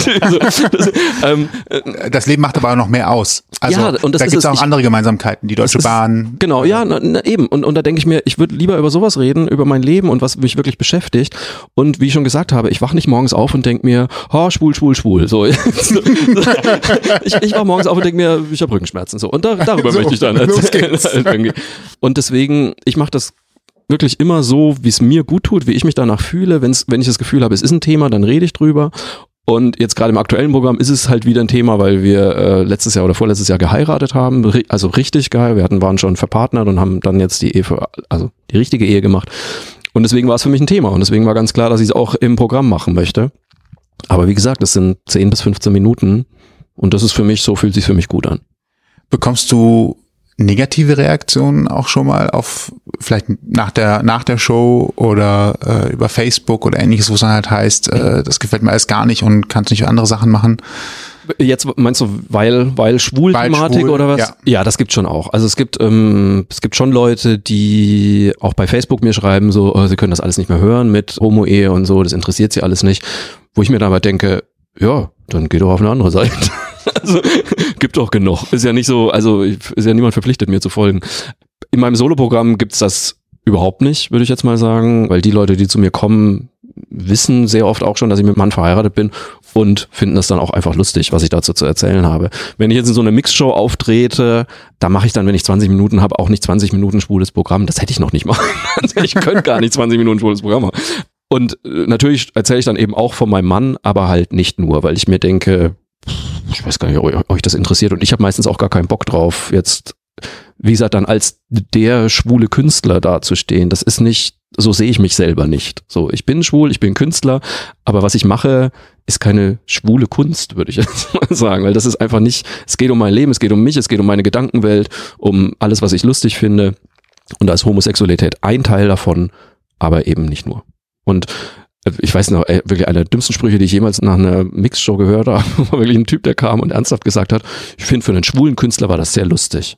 Das Leben macht aber auch noch mehr aus. Also ja, und da gibt es auch andere Gemeinsamkeiten, die Deutsche Bahn. Genau, ja, eben. Und da denke ich mir, ich würde lieber über sowas reden, über mein Leben und was mich wirklich beschäftigt. Und wie ich schon gesagt habe, ich wache nicht morgens auf und denke mir, schwul. So. Ich wache morgens auf und denke mir, ich habe Rückenschmerzen. So. Und darüber möchte ich dann erzählen. Und deswegen, ich mache das wirklich immer so, wie es mir gut tut, wie ich mich danach fühle. Wenn ich das Gefühl habe, es ist ein Thema, dann rede ich drüber. Und jetzt gerade im aktuellen Programm ist es halt wieder ein Thema, weil wir letztes Jahr oder vorletztes Jahr geheiratet haben. Also richtig geil. Waren schon verpartnert und haben dann jetzt die richtige Ehe gemacht. Und deswegen war es für mich ein Thema. Und deswegen war ganz klar, dass ich es auch im Programm machen möchte. Aber wie gesagt, das sind 10 bis 15 Minuten und das ist für mich, so fühlt sich für mich gut an. Bekommst du negative Reaktionen auch schon mal auf, vielleicht nach der Show oder über Facebook oder ähnliches, wo es dann halt heißt, das gefällt mir alles gar nicht und kannst nicht andere Sachen machen? Jetzt meinst du, weil Schwul-Thematik oder was? Ja, das gibt's schon auch. Also es gibt schon Leute, die auch bei Facebook mir schreiben, so, sie können das alles nicht mehr hören mit Homo-Ehe und so, das interessiert sie alles nicht. Wo ich mir dann aber denke, ja, dann geh doch auf eine andere Seite. Also, gibt doch genug. Ist ja nicht so, also ist ja niemand verpflichtet, mir zu folgen. In meinem Soloprogramm gibt's das überhaupt nicht, würde ich jetzt mal sagen, weil die Leute, die zu mir kommen, wissen sehr oft auch schon, dass ich mit einem Mann verheiratet bin und finden das dann auch einfach lustig, was ich dazu zu erzählen habe. Wenn ich jetzt in so einer Mixshow auftrete, da mache ich dann, wenn ich 20 Minuten habe, auch nicht 20 Minuten schwules Programm. Das hätte ich noch nicht machen. Ich könnte gar nicht 20 Minuten schwules Programm machen. Und natürlich erzähle ich dann eben auch von meinem Mann, aber halt nicht nur, weil ich mir denke, ich weiß gar nicht, ob euch das interessiert und ich habe meistens auch gar keinen Bock drauf, jetzt, wie gesagt, dann als der schwule Künstler dazustehen. Das ist nicht, so sehe ich mich selber nicht. So, ich bin schwul, ich bin Künstler, aber was ich mache, ist keine schwule Kunst, würde ich jetzt mal sagen, weil das ist einfach nicht, es geht um mein Leben, es geht um mich, es geht um meine Gedankenwelt, um alles, was ich lustig finde und da ist Homosexualität ein Teil davon, aber eben nicht nur. Und ich weiß noch, wirklich einer der dümmsten Sprüche, die ich jemals nach einer Mixshow gehört habe, war wirklich ein Typ, der kam und ernsthaft gesagt hat, ich finde, für einen schwulen Künstler war das sehr lustig.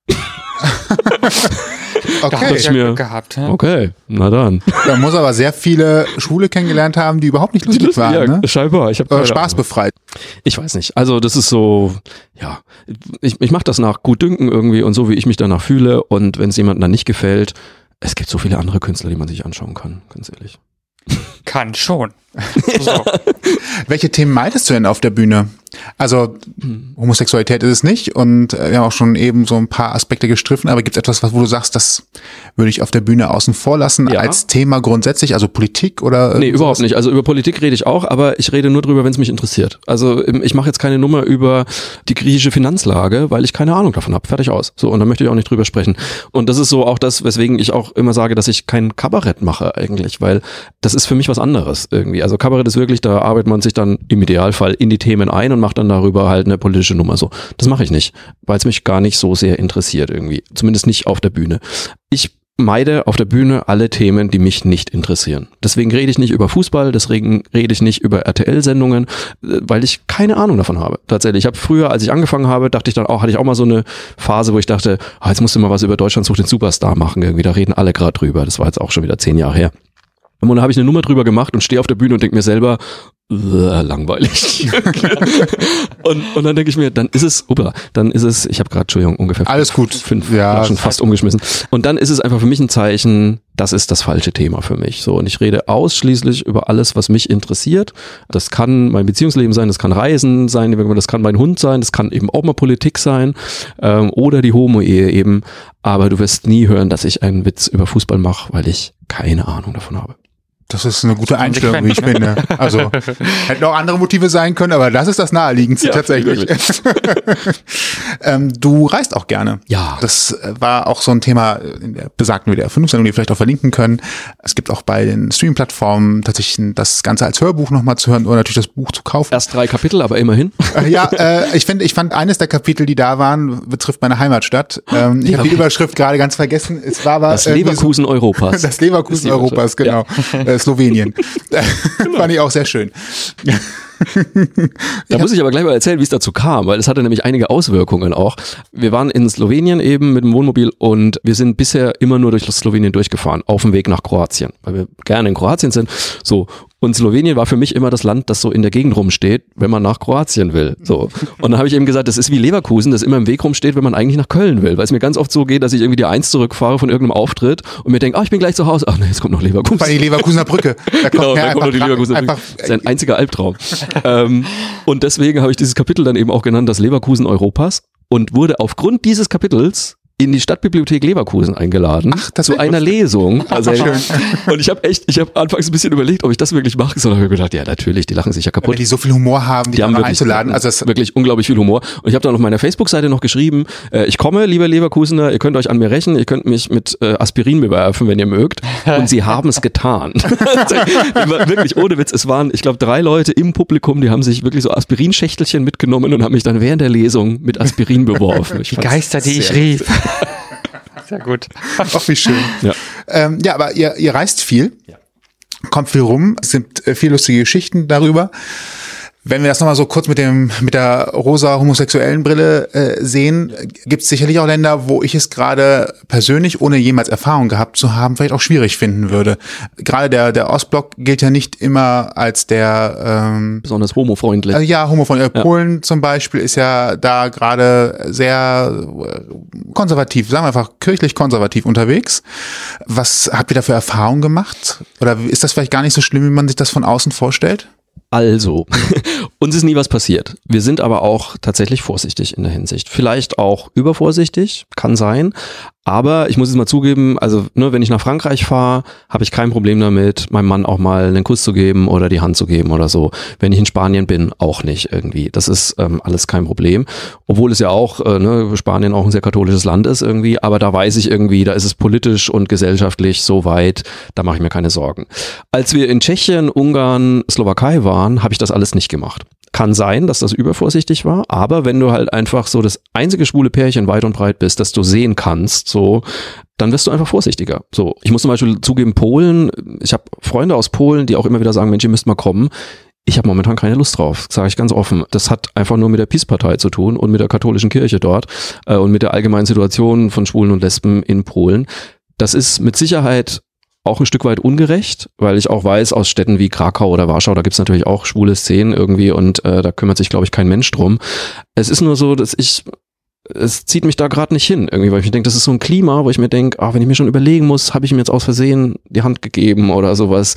Okay. Ich mir, gehabt, ja? Okay, na dann. Da muss aber sehr viele Schwule kennengelernt haben, die überhaupt nicht lustig waren. Ja, ne? Scheinbar. Ich habe Spaß befreit. Ich weiß nicht. Also das ist so, ja, ich mache das nach Gutdünken irgendwie und so, wie ich mich danach fühle. Und wenn es jemandem dann nicht gefällt, es gibt so viele andere Künstler, die man sich anschauen kann, ganz ehrlich. Kann schon. So. Welche Themen meidest du denn auf der Bühne? Also Homosexualität ist es nicht und wir haben auch schon eben so ein paar Aspekte gestriffen, aber gibt es etwas, wo du sagst, das würde ich auf der Bühne außen vor lassen als Thema grundsätzlich, also Politik oder? Nee, überhaupt nicht. Also über Politik rede ich auch, aber ich rede nur drüber, wenn es mich interessiert. Also ich mache jetzt keine Nummer über die griechische Finanzlage, weil ich keine Ahnung davon habe. Fertig aus. So, und da möchte ich auch nicht drüber sprechen. Und das ist so auch das, weswegen ich auch immer sage, dass ich kein Kabarett mache eigentlich, weil das ist für mich was anderes irgendwie. Also Kabarett ist wirklich, da arbeitet man sich dann im Idealfall in die Themen ein und macht dann darüber halt eine politische Nummer so. Das mache ich nicht, weil es mich gar nicht so sehr interessiert irgendwie. Zumindest nicht auf der Bühne. Ich meide auf der Bühne alle Themen, die mich nicht interessieren. Deswegen rede ich nicht über Fußball, deswegen rede ich nicht über RTL-Sendungen, weil ich keine Ahnung davon habe. Tatsächlich. Ich habe früher, als ich angefangen habe, hatte ich auch mal so eine Phase, wo ich dachte, jetzt musst du mal was über Deutschland sucht den Superstar machen. Irgendwie, da reden alle gerade drüber. Das war jetzt auch schon wieder 10 Jahre her. Und da habe ich eine Nummer drüber gemacht und stehe auf der Bühne und denke mir selber, langweilig. und dann denke ich mir, dann ist es, ich habe gerade, Entschuldigung, ungefähr alles gut. 5 schon fast umgeschmissen. Und dann ist es einfach für mich ein Zeichen, das ist das falsche Thema für mich. So, und ich rede ausschließlich über alles, was mich interessiert. Das kann mein Beziehungsleben sein, das kann Reisen sein, das kann mein Hund sein, das kann eben auch mal Politik sein oder die Homo-Ehe eben. Aber du wirst nie hören, dass ich einen Witz über Fußball mache, weil ich keine Ahnung davon habe. Das ist eine gute Einstellung, wie ich finde. Also hätten auch andere Motive sein können, aber das ist das Naheliegendste tatsächlich. Du reist auch gerne. Ja. Das war auch so ein Thema in der besagten WDR-5-Sendung, die wir vielleicht auch verlinken können. Es gibt auch bei den Stream-Plattformen tatsächlich das Ganze als Hörbuch nochmal zu hören oder natürlich das Buch zu kaufen. Erst 3 Kapitel, aber immerhin. Ich fand eines der Kapitel, die da waren, betrifft meine Heimatstadt. Ich habe die Überschrift gerade ganz vergessen. Es war aber das Leverkusen Europas. Das Leverkusen Europas, genau. Ja. Slowenien. Fand ich auch sehr schön. Da muss ich aber gleich mal erzählen, wie es dazu kam, weil es hatte nämlich einige Auswirkungen auch. Wir waren in Slowenien eben mit dem Wohnmobil und wir sind bisher immer nur durch Slowenien durchgefahren, auf dem Weg nach Kroatien, weil wir gerne in Kroatien sind. So. Und Slowenien war für mich immer das Land, das so in der Gegend rumsteht, wenn man nach Kroatien will. So. Und dann habe ich eben gesagt, das ist wie Leverkusen, das immer im Weg rumsteht, wenn man eigentlich nach Köln will. Weil es mir ganz oft so geht, dass ich irgendwie die 1 zurückfahre von irgendeinem Auftritt und mir denke, ich bin gleich zu Hause. Ach nee, jetzt kommt noch Leverkusen. Bei die Leverkusener Brücke. Da kommt noch die Leverkusener Brücke. Das ist ein einziger Albtraum. Und deswegen habe ich dieses Kapitel dann eben auch genannt, das Leverkusen Europas, und wurde aufgrund dieses Kapitels in die Stadtbibliothek Leverkusen eingeladen zu einer Lesung. Also, und ich habe anfangs ein bisschen überlegt, ob ich das wirklich mache. Und habe gedacht, ja natürlich, die lachen sich ja kaputt. Weil die so viel Humor haben, die haben wirklich einzuladen. Also das wirklich unglaublich viel Humor. Und ich habe dann auf meiner Facebook-Seite noch geschrieben, ich komme, lieber Leverkusener, ihr könnt euch an mir rächen, ihr könnt mich mit Aspirin bewerfen, wenn ihr mögt. Und sie haben es getan. Wirklich, ohne Witz, es waren, ich glaube, 3 Leute im Publikum, die haben sich wirklich so Aspirinschächtelchen mitgenommen und haben mich dann während der Lesung mit Aspirin beworfen. Die Geister, die ich rief. Sehr gut. Ach, wie schön. Ja, aber ihr reist viel, kommt viel rum, es sind viele lustige Geschichten darüber. Wenn wir das nochmal so kurz mit der rosa homosexuellen Brille sehen, gibt es sicherlich auch Länder, wo ich es gerade persönlich, ohne jemals Erfahrung gehabt zu haben, vielleicht auch schwierig finden würde. Gerade der Ostblock gilt ja nicht immer als der besonders homofreundlich. Homofreundlich. Ja. Polen zum Beispiel ist ja da gerade sehr konservativ, sagen wir einfach kirchlich konservativ unterwegs. Was habt ihr da für Erfahrungen gemacht? Oder ist das vielleicht gar nicht so schlimm, wie man sich das von außen vorstellt? Also, uns ist nie was passiert. Wir sind aber auch tatsächlich vorsichtig in der Hinsicht. Vielleicht auch übervorsichtig, kann sein. Aber ich muss es mal zugeben, also wenn ich nach Frankreich fahre, habe ich kein Problem damit, meinem Mann auch mal einen Kuss zu geben oder die Hand zu geben oder so. Wenn ich in Spanien bin, auch nicht irgendwie. Das ist alles kein Problem. Obwohl es ja auch, Spanien auch ein sehr katholisches Land ist irgendwie. Aber da weiß ich irgendwie, da ist es politisch und gesellschaftlich so weit, da mache ich mir keine Sorgen. Als wir in Tschechien, Ungarn, Slowakei waren, habe ich das alles nicht gemacht. Kann sein, dass das übervorsichtig war, aber wenn du halt einfach so das einzige schwule Pärchen weit und breit bist, das du sehen kannst, so, dann wirst du einfach vorsichtiger. So, ich muss zum Beispiel zugeben, Polen, ich habe Freunde aus Polen, die auch immer wieder sagen, Mensch, ihr müsst mal kommen. Ich habe momentan keine Lust drauf, sage ich ganz offen. Das hat einfach nur mit der PiS-Partei zu tun und mit der katholischen Kirche dort und mit der allgemeinen Situation von Schwulen und Lesben in Polen. Das ist mit Sicherheit auch ein Stück weit ungerecht, weil ich auch weiß, aus Städten wie Krakau oder Warschau, da gibt's natürlich auch schwule Szenen irgendwie und da kümmert sich, glaube ich, kein Mensch drum. Es ist nur so, dass ich es zieht mich da gerade nicht hin, irgendwie, weil ich mir denke, das ist so ein Klima, wo ich mir denke, wenn ich mir schon überlegen muss, habe ich ihm jetzt aus Versehen die Hand gegeben oder sowas.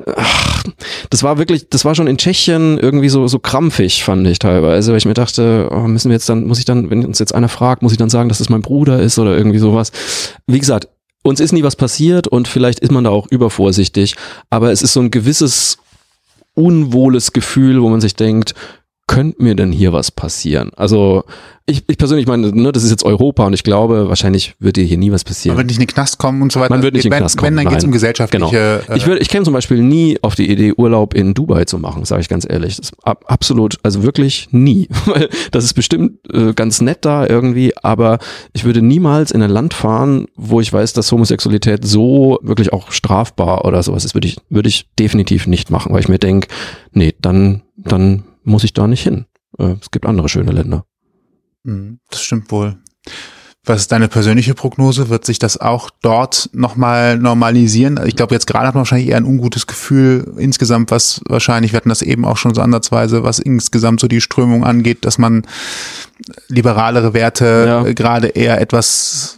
Das war schon in Tschechien irgendwie so krampfig, fand ich teilweise, weil ich mir dachte, wenn uns jetzt einer fragt, muss ich dann sagen, dass das mein Bruder ist oder irgendwie sowas. Wie gesagt, uns ist nie was passiert und vielleicht ist man da auch übervorsichtig, aber es ist so ein gewisses unwohles Gefühl, wo man sich denkt, könnte mir denn hier was passieren? Also ich persönlich meine, ne, das ist jetzt Europa und ich glaube, wahrscheinlich wird dir hier nie was passieren. Man wird nicht in den Knast kommen und so weiter. Man wird nicht in den Knast kommen. Wenn, dann geht es um gesellschaftliche... Genau. Ich käme zum Beispiel nie auf die Idee, Urlaub in Dubai zu machen, sage ich ganz ehrlich. Das ist absolut, also wirklich nie. Weil das ist bestimmt ganz nett da irgendwie, aber ich würde niemals in ein Land fahren, wo ich weiß, dass Homosexualität so wirklich auch strafbar oder sowas ist, würde ich definitiv nicht machen, weil ich mir denke, nee, dann muss ich da nicht hin. Es gibt andere schöne Länder. Das stimmt wohl. Was ist deine persönliche Prognose? Wird sich das auch dort nochmal normalisieren? Ich glaube, jetzt gerade hat man wahrscheinlich eher ein ungutes Gefühl insgesamt, was wahrscheinlich, wir hatten das eben auch schon so ansatzweise, was insgesamt so die Strömung angeht, dass man liberalere Werte gerade eher etwas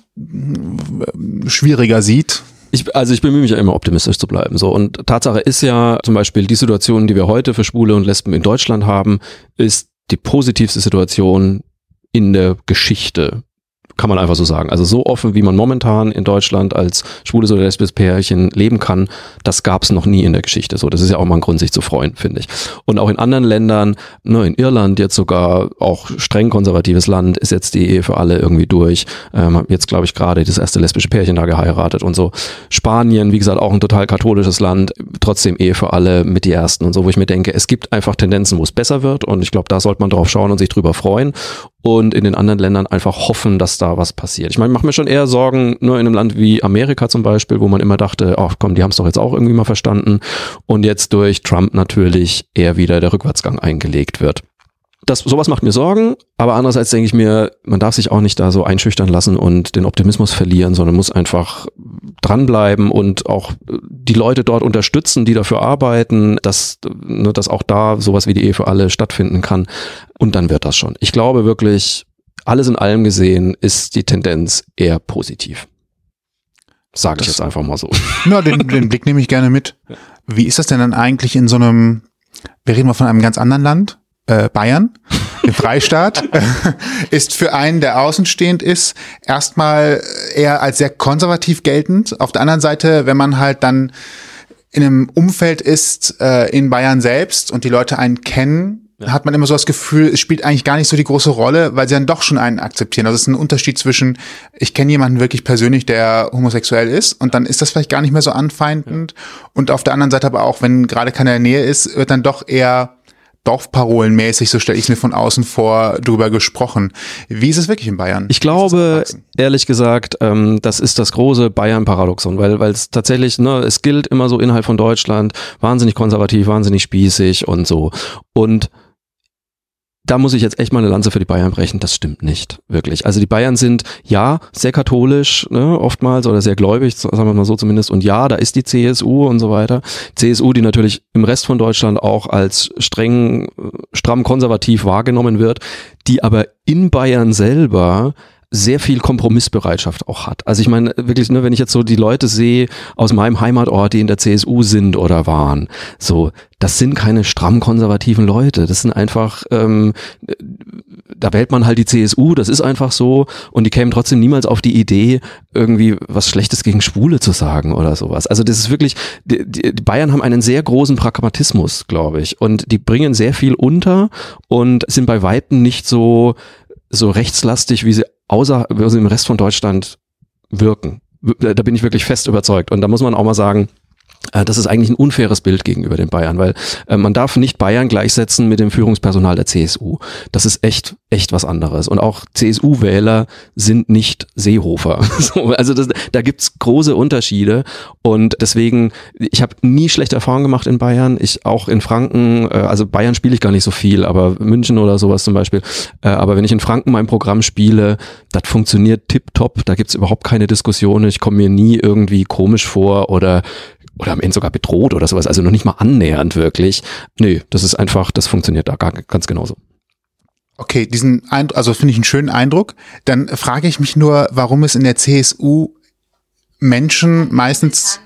schwieriger sieht. Ich bemühe mich ja immer, optimistisch zu bleiben. So. Und Tatsache ist ja zum Beispiel die Situation, die wir heute für Schwule und Lesben in Deutschland haben, ist die positivste Situation in der Geschichte. Kann man einfach so sagen. Also so offen, wie man momentan in Deutschland als schwules oder lesbisches Pärchen leben kann, das gab es noch nie in der Geschichte. So, das ist ja auch mal ein Grund, sich zu freuen, finde ich. Und auch in anderen Ländern, in Irland jetzt sogar, auch streng konservatives Land, ist jetzt die Ehe für alle irgendwie durch. Jetzt, glaube ich, gerade das erste lesbische Pärchen da geheiratet und so. Spanien, wie gesagt, auch ein total katholisches Land, trotzdem Ehe für alle mit die ersten und so, wo ich mir denke, es gibt einfach Tendenzen, wo es besser wird und ich glaube, da sollte man drauf schauen und sich drüber freuen. Und in den anderen Ländern einfach hoffen, dass da was passiert. Ich meine, ich mache mir schon eher Sorgen, nur in einem Land wie Amerika zum Beispiel, wo man immer dachte, die haben es doch jetzt auch irgendwie mal verstanden. Und jetzt durch Trump natürlich eher wieder der Rückwärtsgang eingelegt wird. Sowas macht mir Sorgen, aber andererseits denke ich mir, man darf sich auch nicht da so einschüchtern lassen und den Optimismus verlieren, sondern muss einfach dranbleiben und auch die Leute dort unterstützen, die dafür arbeiten, dass auch da sowas wie die Ehe für alle stattfinden kann. Und dann wird das schon. Ich glaube wirklich, alles in allem gesehen ist die Tendenz eher positiv. Sage ich jetzt einfach mal so. Ja, den Blick nehme ich gerne mit. Wie ist das denn dann eigentlich in so einem, wir reden mal von einem ganz anderen Land, Bayern, im Freistaat, ist für einen, der außenstehend ist, erstmal eher als sehr konservativ geltend. Auf der anderen Seite, wenn man halt dann in einem Umfeld ist, in Bayern selbst und die Leute einen kennen, hat man immer so das Gefühl, es spielt eigentlich gar nicht so die große Rolle, weil sie dann doch schon einen akzeptieren. Also es ist ein Unterschied zwischen, ich kenne jemanden wirklich persönlich, der homosexuell ist und dann ist das vielleicht gar nicht mehr so anfeindend. Und auf der anderen Seite aber auch, wenn gerade keine Nähe ist, wird dann doch eher Dorfparolenmäßig, so stelle ich es mir von außen vor, drüber gesprochen. Wie ist es wirklich in Bayern? Ich glaube, ehrlich gesagt, das ist das große Bayern-Paradoxon, weil es tatsächlich, es gilt immer so innerhalb von Deutschland, wahnsinnig konservativ, wahnsinnig spießig und so. Und da muss ich jetzt echt mal eine Lanze für die Bayern brechen, das stimmt nicht, wirklich. Also die Bayern sind, ja, sehr katholisch, oftmals, oder sehr gläubig, sagen wir mal so zumindest, und ja, da ist die CSU und so weiter. CSU, die natürlich im Rest von Deutschland auch als stramm konservativ wahrgenommen wird, die aber in Bayern selber sehr viel Kompromissbereitschaft auch hat. Also ich meine wirklich, wenn ich jetzt so die Leute sehe aus meinem Heimatort, die in der CSU sind oder waren, so, das sind keine stramm konservativen Leute. Das sind einfach, da wählt man halt die CSU, das ist einfach so und die kämen trotzdem niemals auf die Idee, irgendwie was Schlechtes gegen Schwule zu sagen oder sowas. Also das ist wirklich, die Bayern haben einen sehr großen Pragmatismus, glaube ich, und die bringen sehr viel unter und sind bei Weitem nicht so rechtslastig, wie sie im Rest von Deutschland wirken. Da bin ich wirklich fest überzeugt. Und da muss man auch mal sagen, das ist eigentlich ein unfaires Bild gegenüber den Bayern, weil man darf nicht Bayern gleichsetzen mit dem Führungspersonal der CSU. Das ist echt was anderes. Und auch CSU-Wähler sind nicht Seehofer. Also da gibt's große Unterschiede. Und deswegen, ich habe nie schlechte Erfahrungen gemacht in Bayern. Ich auch in Franken, also Bayern spiele ich gar nicht so viel, aber München oder sowas zum Beispiel. Aber wenn ich in Franken mein Programm spiele, das funktioniert tipptopp. Da gibt's überhaupt keine Diskussion. Ich komme mir nie irgendwie komisch vor oder am Ende sogar bedroht oder sowas, also noch nicht mal annähernd wirklich. Nö, das ist einfach, das funktioniert da ganz genauso. Okay, diesen Eindruck, also finde ich einen schönen Eindruck. Dann frage ich mich nur, warum es in der CSU Menschen meistens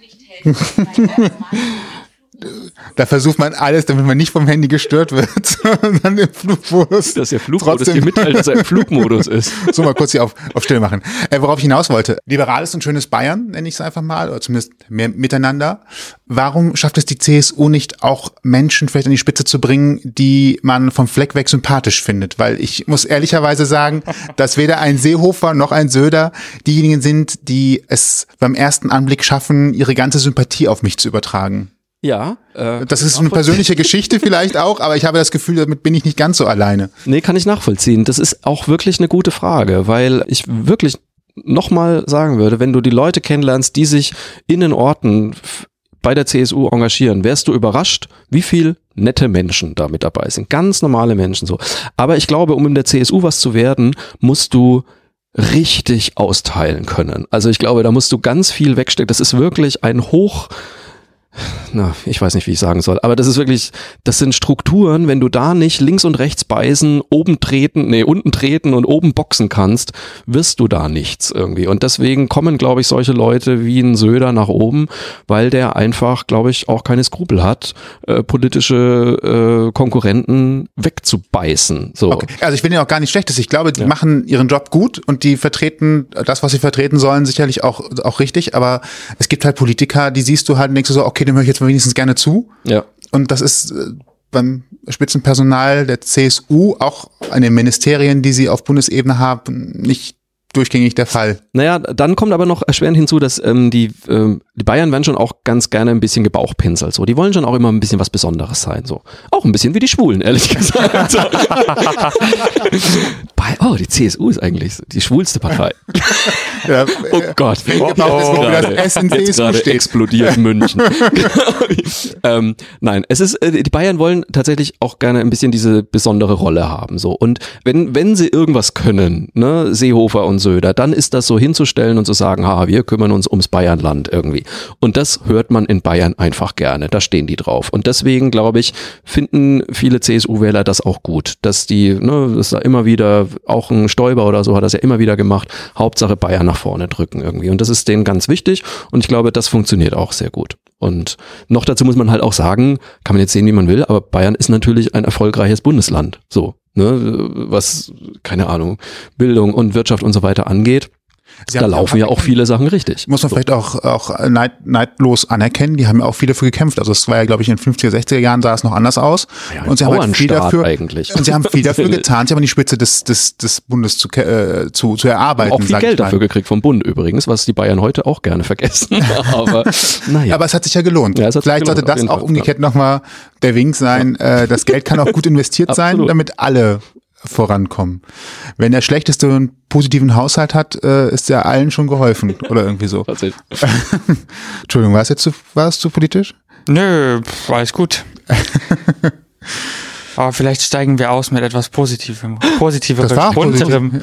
da versucht man alles, damit man nicht vom Handy gestört wird, sondern im Flugmodus. Dass der Flugmodus dir mitteilt, dass er im Flugmodus ist. So, mal kurz hier auf still machen. Worauf ich hinaus wollte. Liberales und schönes Bayern, nenne ich es einfach mal, oder zumindest mehr miteinander. Warum schafft es die CSU nicht, auch Menschen vielleicht an die Spitze zu bringen, die man vom Fleck weg sympathisch findet? Weil ich muss ehrlicherweise sagen, dass weder ein Seehofer noch ein Söder diejenigen sind, die es beim ersten Anblick schaffen, ihre ganze Sympathie auf mich zu übertragen. Ja. Das ist eine persönliche Geschichte vielleicht auch, aber ich habe das Gefühl, damit bin ich nicht ganz so alleine. Nee, kann ich nachvollziehen. Das ist auch wirklich eine gute Frage, weil ich wirklich nochmal sagen würde, wenn du die Leute kennenlernst, die sich in den Orten bei der CSU engagieren, wärst du überrascht, wie viel nette Menschen da mit dabei sind. Ganz normale Menschen so. Aber ich glaube, um in der CSU was zu werden, musst du richtig austeilen können. Also ich glaube, da musst du ganz viel wegstecken. Das ist wirklich ein ich weiß nicht, wie ich sagen soll, aber das ist wirklich, das sind Strukturen, wenn du da nicht links und rechts beißen, unten treten und oben boxen kannst, wirst du da nichts irgendwie. Und deswegen kommen, glaube ich, solche Leute wie ein Söder nach oben, weil der einfach, glaube ich, auch keine Skrupel hat, politische Konkurrenten wegzubeißen. So. Okay. Also ich finde ja auch gar nicht schlecht. Ich glaube, die machen ihren Job gut und die vertreten das, was sie vertreten sollen, sicherlich auch richtig, aber es gibt halt Politiker, die siehst du halt und denkst du so, okay, dem höre ich jetzt mal wenigstens gerne zu. Ja. Und das ist beim Spitzenpersonal der CSU, auch an den Ministerien, die sie auf Bundesebene haben, nicht durchgängig der Fall. Naja, dann kommt aber noch erschwerend hinzu, dass die Bayern werden schon auch ganz gerne ein bisschen gebauchpinselt. So. Die wollen schon auch immer ein bisschen was Besonderes sein. So. Auch ein bisschen wie die Schwulen, ehrlich gesagt. So. Die CSU ist eigentlich die schwulste Partei. Ja, oh Gott. Das jetzt gerade explodiert München. Nein, es ist, die Bayern wollen tatsächlich auch gerne ein bisschen diese besondere Rolle haben. So. Und wenn sie irgendwas können, ne, Seehofer und Söder, dann ist das so hinzustellen und zu sagen, wir kümmern uns ums Bayernland irgendwie. Und das hört man in Bayern einfach gerne. Da stehen die drauf. Und deswegen, glaube ich, finden viele CSU-Wähler das auch gut, dass dass da immer wieder, auch ein Stoiber oder so hat das ja immer wieder gemacht, Hauptsache Bayern nach vorne drücken irgendwie. Und das ist denen ganz wichtig. Und ich glaube, das funktioniert auch sehr gut. Und noch dazu muss man halt auch sagen, kann man jetzt sehen, wie man will, aber Bayern ist natürlich ein erfolgreiches Bundesland. So. Ne, was, keine Ahnung, Bildung und Wirtschaft und so weiter angeht. Da laufen ja auch viele Sachen richtig. Muss man vielleicht auch neidlos anerkennen. Die haben ja auch viel dafür gekämpft. Also es war ja, glaube ich, in den 50er, 60er Jahren sah es noch anders aus. Ja, und sie haben halt viel dafür eigentlich. Und sie haben viel dafür getan, sie haben die Spitze des Bundes zu erarbeiten. Auch viel Geld dafür gekriegt vom Bund übrigens, was die Bayern heute auch gerne vergessen. Aber naja. Aber es hat sich ja gelohnt. Ja, vielleicht sollte das auch umgekehrt nochmal der Wink sein. Das Geld kann auch gut investiert sein, damit alle vorankommen. Wenn der Schlechteste einen positiven Haushalt hat, ist ja allen schon geholfen oder irgendwie so. Entschuldigung, war es zu politisch? Nö, alles gut. Aber vielleicht steigen wir aus mit etwas Positivem. Bunterem.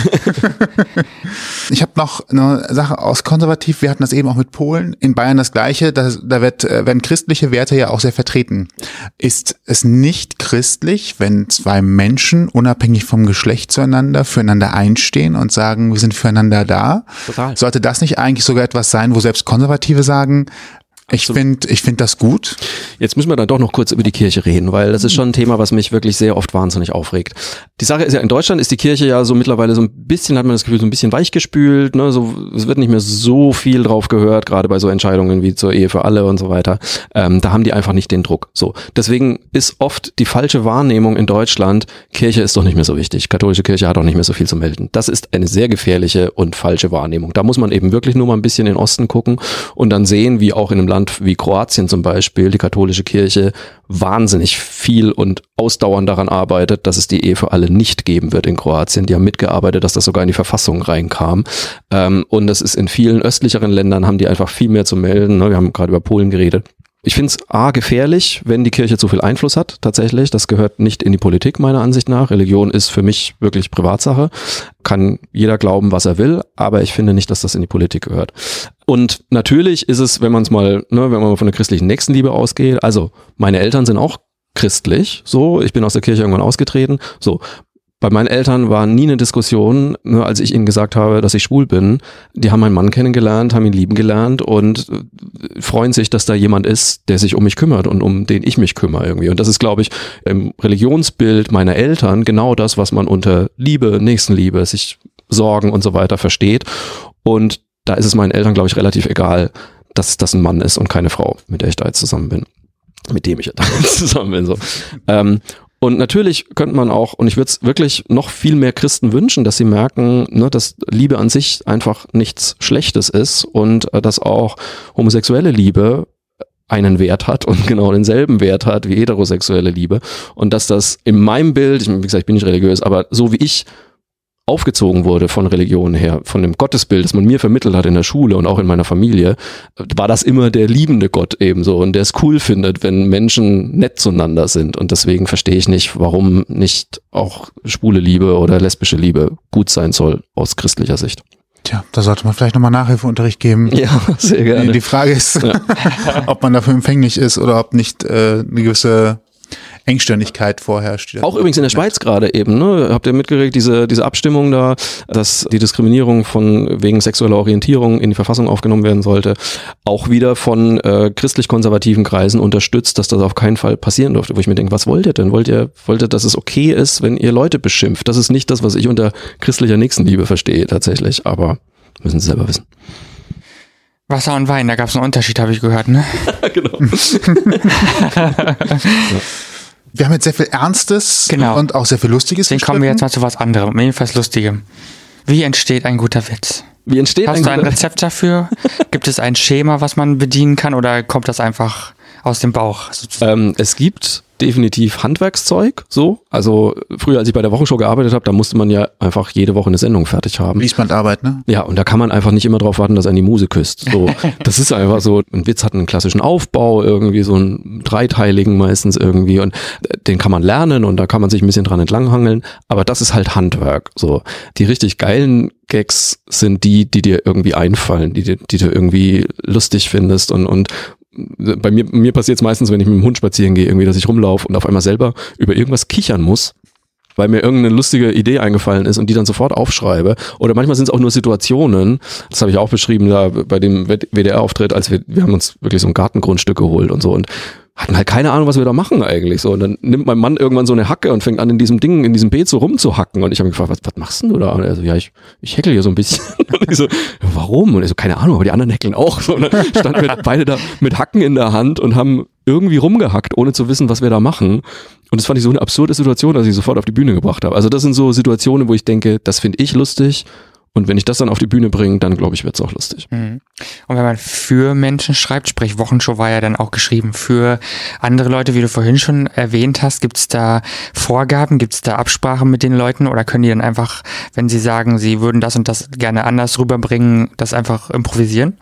Ich habe noch eine Sache aus konservativ. Wir hatten das eben auch mit Polen. In Bayern das Gleiche. Da werden christliche Werte ja auch sehr vertreten. Ist es nicht christlich, wenn zwei Menschen unabhängig vom Geschlecht füreinander einstehen und sagen, wir sind füreinander da? Total. Sollte das nicht eigentlich sogar etwas sein, wo selbst Konservative sagen, ich finde das gut. Jetzt müssen wir dann doch noch kurz über die Kirche reden, weil das ist schon ein Thema, was mich wirklich sehr oft wahnsinnig aufregt. Die Sache ist ja, in Deutschland ist die Kirche ja so mittlerweile so ein bisschen, hat man das Gefühl, so ein bisschen weichgespült, ne? So, es wird nicht mehr so viel drauf gehört, gerade bei so Entscheidungen wie zur Ehe für alle und so weiter. Da haben die einfach nicht den Druck. So, deswegen ist oft die falsche Wahrnehmung in Deutschland, Kirche ist doch nicht mehr so wichtig, katholische Kirche hat auch nicht mehr so viel zu melden. Das ist eine sehr gefährliche und falsche Wahrnehmung. Da muss man eben wirklich nur mal ein bisschen in den Osten gucken und dann sehen, wie auch in einem Land wie Kroatien zum Beispiel die katholische Kirche wahnsinnig viel und ausdauernd daran arbeitet, dass es die Ehe für alle nicht geben wird in Kroatien. Die haben mitgearbeitet, dass das sogar in die Verfassung reinkam. Und das ist in vielen östlicheren Ländern, haben die einfach viel mehr zu melden. Wir haben gerade über Polen geredet. Ich finde es gefährlich, wenn die Kirche zu viel Einfluss hat, tatsächlich. Das gehört nicht in die Politik, meiner Ansicht nach. Religion ist für mich wirklich Privatsache. Kann jeder glauben, was er will, aber ich finde nicht, dass das in die Politik gehört. Und natürlich ist es, wenn man von der christlichen Nächstenliebe ausgeht, also meine Eltern sind auch christlich, so, ich bin aus der Kirche irgendwann ausgetreten, so. Bei meinen Eltern war nie eine Diskussion, ne, als ich ihnen gesagt habe, dass ich schwul bin. Die haben meinen Mann kennengelernt, haben ihn lieben gelernt und freuen sich, dass da jemand ist, der sich um mich kümmert und um den ich mich kümmere irgendwie. Und das ist, glaube ich, im Religionsbild meiner Eltern genau das, was man unter Liebe, Nächstenliebe, sich Sorgen und so weiter versteht. Und da ist es meinen Eltern, glaube ich, relativ egal, dass das ein Mann ist und keine Frau, mit der ich da jetzt zusammen bin. Mit dem ich da jetzt zusammen bin, so. Und natürlich könnte man auch, und ich würde es wirklich noch viel mehr Christen wünschen, dass sie merken, ne, dass Liebe an sich einfach nichts Schlechtes ist und dass auch homosexuelle Liebe einen Wert hat und genau denselben Wert hat wie heterosexuelle Liebe. Und dass das in meinem Bild, wie gesagt, ich bin nicht religiös, aber so wie ich aufgezogen wurde von Religion her, von dem Gottesbild, das man mir vermittelt hat in der Schule und auch in meiner Familie, war das immer der liebende Gott ebenso und der es cool findet, wenn Menschen nett zueinander sind. Und deswegen verstehe ich nicht, warum nicht auch schwule Liebe oder lesbische Liebe gut sein soll aus christlicher Sicht. Tja, da sollte man vielleicht nochmal Nachhilfeunterricht geben. Ja, sehr gerne. Die Frage ist, ja, ob man dafür empfänglich ist oder ob nicht eine gewisse Engstirnigkeit vorherrscht. Auch übrigens in der Schweiz gerade eben, ne? Habt ihr mitgekriegt, diese Abstimmung da, dass die Diskriminierung wegen sexueller Orientierung in die Verfassung aufgenommen werden sollte, auch wieder von christlich-konservativen Kreisen unterstützt, dass das auf keinen Fall passieren durfte. Wo ich mir denke, was wollt ihr denn? Wollt ihr, dass es okay ist, wenn ihr Leute beschimpft? Das ist nicht das, was ich unter christlicher Nächstenliebe verstehe tatsächlich, aber müssen Sie selber wissen. Wasser und Wein, da gab es einen Unterschied, habe ich gehört, ne? Genau. Wir haben jetzt sehr viel Ernstes und auch sehr viel Lustiges. Deswegen kommen wir jetzt mal zu was anderem, jedenfalls Lustigem. Wie entsteht ein guter Witz? Hast du ein Rezept dafür? Gibt es ein Schema, was man bedienen kann oder kommt das einfach aus dem Bauch? Es gibt definitiv Handwerkszeug, so. Also früher, als ich bei der Wochenshow gearbeitet habe, da musste man ja einfach jede Woche eine Sendung fertig haben. Fließbandarbeit, ne? Ja, und da kann man einfach nicht immer drauf warten, dass einen die Muse küsst. So, das ist einfach so, ein Witz hat einen klassischen Aufbau, irgendwie so einen dreiteiligen meistens irgendwie und den kann man lernen und da kann man sich ein bisschen dran entlanghangeln, aber das ist halt Handwerk, so. Die richtig geilen Gags sind die dir irgendwie einfallen, die du irgendwie lustig findest und bei mir passiert es meistens, wenn ich mit dem Hund spazieren gehe, irgendwie, dass ich rumlaufe und auf einmal selber über irgendwas kichern muss, weil mir irgendeine lustige Idee eingefallen ist und die dann sofort aufschreibe. Oder manchmal sind es auch nur Situationen, das habe ich auch beschrieben da bei dem WDR-Auftritt, als wir haben uns wirklich so ein Gartengrundstück geholt und so und hatten halt keine Ahnung, was wir da machen eigentlich. So, und dann nimmt mein Mann irgendwann so eine Hacke und fängt an, in diesem Beet so rumzuhacken. Und ich habe mich gefragt, was machst denn du da? Und er so, ja, ich häckle hier so ein bisschen. Und ich so, warum? Und ich so, keine Ahnung, aber die anderen häckeln auch. So, und dann standen wir beide da mit Hacken in der Hand und haben irgendwie rumgehackt, ohne zu wissen, was wir da machen. Und das fand ich so eine absurde Situation, dass ich sofort auf die Bühne gebracht habe. Also das sind so Situationen, wo ich denke, das finde ich lustig. Und wenn ich das dann auf die Bühne bringe, dann glaube ich, wird es auch lustig. Und wenn man für Menschen schreibt, sprich Wochenshow war ja dann auch geschrieben für andere Leute, wie du vorhin schon erwähnt hast, gibt es da Vorgaben, gibt es da Absprachen mit den Leuten oder können die dann einfach, wenn sie sagen, sie würden das und das gerne anders rüberbringen, das einfach improvisieren?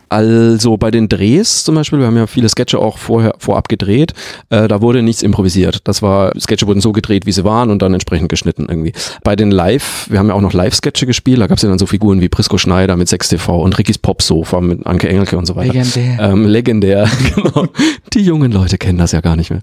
Also bei den Drehs zum Beispiel, wir haben ja viele Sketche auch vorab gedreht, da wurde nichts improvisiert. Sketche wurden so gedreht, wie sie waren und dann entsprechend geschnitten irgendwie. Bei den wir haben ja auch noch Live-Sketche gespielt, da gab es ja dann so Figuren wie Prisco Schneider mit 6TV und Rickys Popsofa mit Anke Engelke und so weiter. Legendär, genau. Die jungen Leute kennen das ja gar nicht mehr.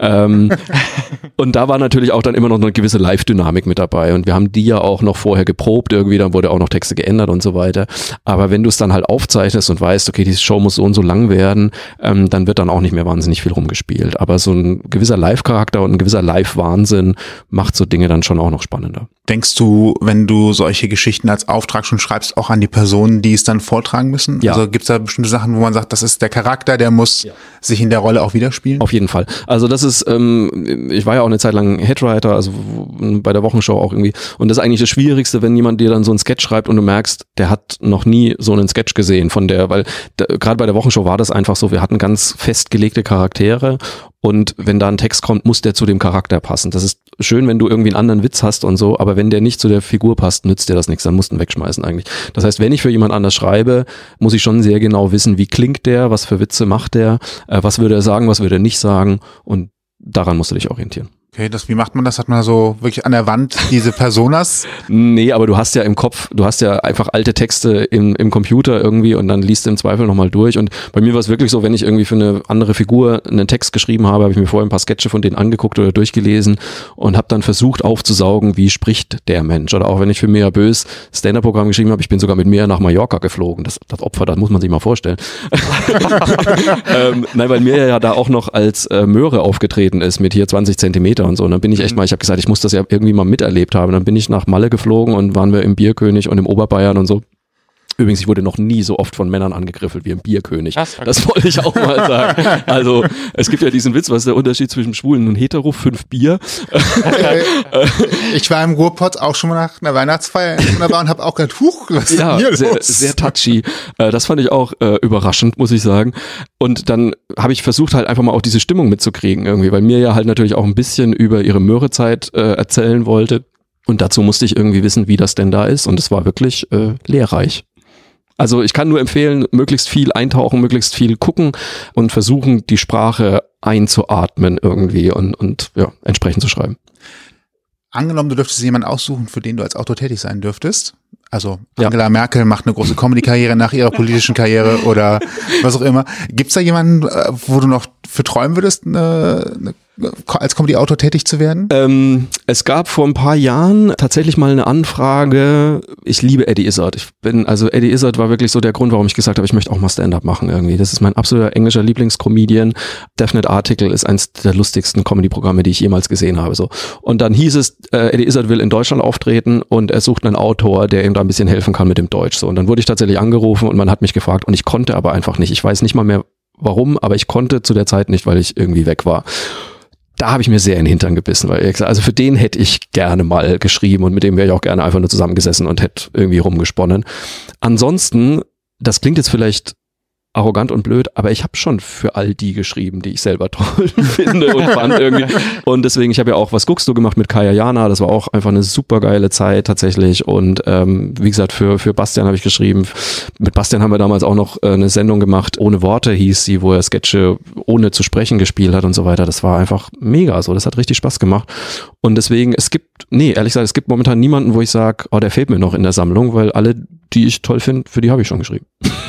Und da war natürlich auch dann immer noch eine gewisse Live-Dynamik mit dabei und wir haben die ja auch noch vorher geprobt irgendwie, dann wurde auch noch Texte geändert und so weiter. Aber wenn du es dann halt aufzeichnest und weißt, okay, diese Show muss so und so lang werden, dann wird dann auch nicht mehr wahnsinnig viel rumgespielt. Aber so ein gewisser Live-Charakter und ein gewisser Live-Wahnsinn macht so Dinge dann schon auch noch spannender. Denkst du, wenn du solche Geschichten als Auftrag schon schreibst, auch an die Personen, die es dann vortragen müssen? Ja. Also gibt es da bestimmte Sachen, wo man sagt, das ist der Charakter, der muss sich in der Rolle auch widerspielen? Auf jeden Fall. Also das ist, ich war ja auch eine Zeit lang Headwriter, also bei der Wochenshow auch irgendwie. Und das ist eigentlich das Schwierigste, wenn jemand dir dann so einen Sketch schreibt und du merkst, der hat noch nie so einen Sketch gesehen weil gerade bei der Wochenshow war das einfach so, wir hatten ganz festgelegte Charaktere und wenn da ein Text kommt, muss der zu dem Charakter passen. Das ist schön, wenn du irgendwie einen anderen Witz hast und so, aber wenn der nicht zu der Figur passt, nützt dir das nichts, dann musst du ihn wegschmeißen eigentlich. Das heißt, wenn ich für jemand anders schreibe, muss ich schon sehr genau wissen, wie klingt der, was für Witze macht der, was würde er sagen, was würde er nicht sagen und daran musst du dich orientieren. Okay, wie macht man das? Hat man so wirklich an der Wand diese Personas? Nee, aber du hast ja im Kopf, du hast ja einfach alte Texte im Computer irgendwie und dann liest du im Zweifel nochmal durch. Und bei mir war es wirklich so, wenn ich irgendwie für eine andere Figur einen Text geschrieben habe ich mir vorher ein paar Sketche von denen angeguckt oder durchgelesen und habe dann versucht aufzusaugen, wie spricht der Mensch. Oder auch wenn ich für Mea Bös Stand-Up-Programm geschrieben habe, ich bin sogar mit Mea nach Mallorca geflogen. Das Opfer, das muss man sich mal vorstellen. Nein, weil Mea ja da auch noch als Möhre aufgetreten ist mit hier 20 Zentimeter und so. Und dann bin ich echt mal, ich habe gesagt, ich muss das ja irgendwie mal miterlebt haben. Dann bin ich nach Malle geflogen und waren wir im Bierkönig und im Oberbayern und so. Übrigens, ich wurde noch nie so oft von Männern angegriffen wie im Bierkönig. Das wollte ich auch mal sagen. Also, es gibt ja diesen Witz, was ist der Unterschied zwischen Schwulen und Hetero? 5 Bier. Ich war im Ruhrpott auch schon mal nach einer Weihnachtsfeier in der Bar und habe auch gedacht, was ist denn hier los? Sehr touchy. Das fand ich auch überraschend, muss ich sagen. Und dann habe ich versucht halt einfach mal auch diese Stimmung mitzukriegen irgendwie, weil mir ja halt natürlich auch ein bisschen über ihre Möhrezeit erzählen wollte. Und dazu musste ich irgendwie wissen, wie das denn da ist. Und es war wirklich lehrreich. Also ich kann nur empfehlen, möglichst viel eintauchen, möglichst viel gucken und versuchen, die Sprache einzuatmen irgendwie und ja, entsprechend zu schreiben. Angenommen, du dürftest jemanden aussuchen, für den du als Autor tätig sein dürftest. Also Angela Merkel macht eine große Comedy-Karriere nach ihrer politischen Karriere oder was auch immer. Gibt's da jemanden, wo du noch für träumen würdest, als Comedy-Autor tätig zu werden? Es gab vor ein paar Jahren tatsächlich mal eine Anfrage. Ich liebe Eddie Izzard. Eddie Izzard war wirklich so der Grund, warum ich gesagt habe, ich möchte auch mal Stand-Up machen irgendwie. Das ist mein absoluter englischer Lieblingscomedian. Definite Article ist eins der lustigsten Comedy-Programme, die ich jemals gesehen habe. So. Und dann hieß es, Eddie Izzard will in Deutschland auftreten und er sucht einen Autor, der ihm da ein bisschen helfen kann mit dem Deutsch. So. Und dann wurde ich tatsächlich angerufen und man hat mich gefragt und ich konnte aber einfach nicht. Ich weiß nicht mal mehr warum, aber ich konnte zu der Zeit nicht, weil ich irgendwie weg war. Da habe ich mir sehr in den Hintern gebissen, weil also für den hätte ich gerne mal geschrieben und mit dem wäre ich auch gerne einfach nur zusammengesessen und hätte irgendwie rumgesponnen. Ansonsten, das klingt jetzt vielleicht arrogant und blöd, aber ich habe schon für all die geschrieben, die ich selber toll finde und fand irgendwie. Und deswegen, ich habe ja auch Was guckst du gemacht mit Kaya Jana, das war auch einfach eine super geile Zeit tatsächlich. Und wie gesagt, für Bastian habe ich geschrieben. Mit Bastian haben wir damals auch noch eine Sendung gemacht, Ohne Worte hieß sie, wo er Sketche ohne zu sprechen gespielt hat und so weiter. Das war einfach mega so, das hat richtig Spaß gemacht. Und deswegen, ehrlich gesagt, es gibt momentan niemanden, wo ich sage, der fehlt mir noch in der Sammlung, weil alle, die ich toll finde, für die habe ich schon geschrieben.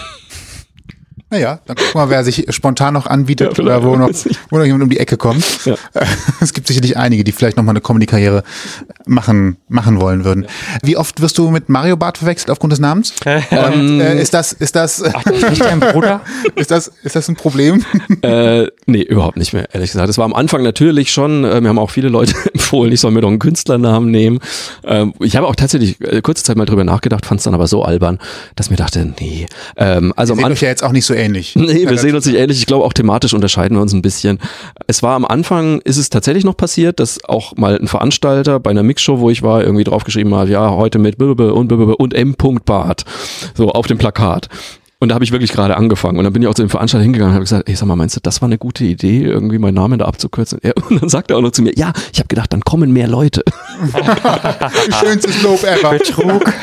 Naja, dann gucken wir mal, wer sich spontan noch anbietet oder wo noch jemand um die Ecke kommt. Ja. Es gibt sicherlich einige, die vielleicht noch mal eine Comedy-Karriere machen wollen würden. Wie oft wirst du mit Mario Barth verwechselt aufgrund des Namens? Und, ist das Ach, das ist nicht dein Bruder? Ist das ein Problem? Nee, überhaupt nicht mehr, ehrlich gesagt. Das war am Anfang natürlich schon, mir haben auch viele Leute empfohlen, ich soll mir doch einen Künstlernamen nehmen. Ich habe auch tatsächlich kurze Zeit mal drüber nachgedacht, fand es dann aber so albern, dass mir dachte, nee. Also am Anfang ja jetzt auch nicht so ähnlich. Nee, wir sehen uns nicht ähnlich. Ich glaube, auch thematisch unterscheiden wir uns ein bisschen. Es war am Anfang, ist es tatsächlich noch passiert, dass auch mal ein Veranstalter bei einer Mixshow, wo ich war, irgendwie draufgeschrieben hat, ja, heute mit und M. Barth. So auf dem Plakat. Und da habe ich wirklich gerade angefangen. Und dann bin ich auch zu dem Veranstalter hingegangen und habe gesagt, ey, sag mal, meinst du, das war eine gute Idee, irgendwie meinen Namen da abzukürzen? Und dann sagt er auch noch zu mir, ja, ich habe gedacht, dann kommen mehr Leute. Schönstes Lob ever. Betrug.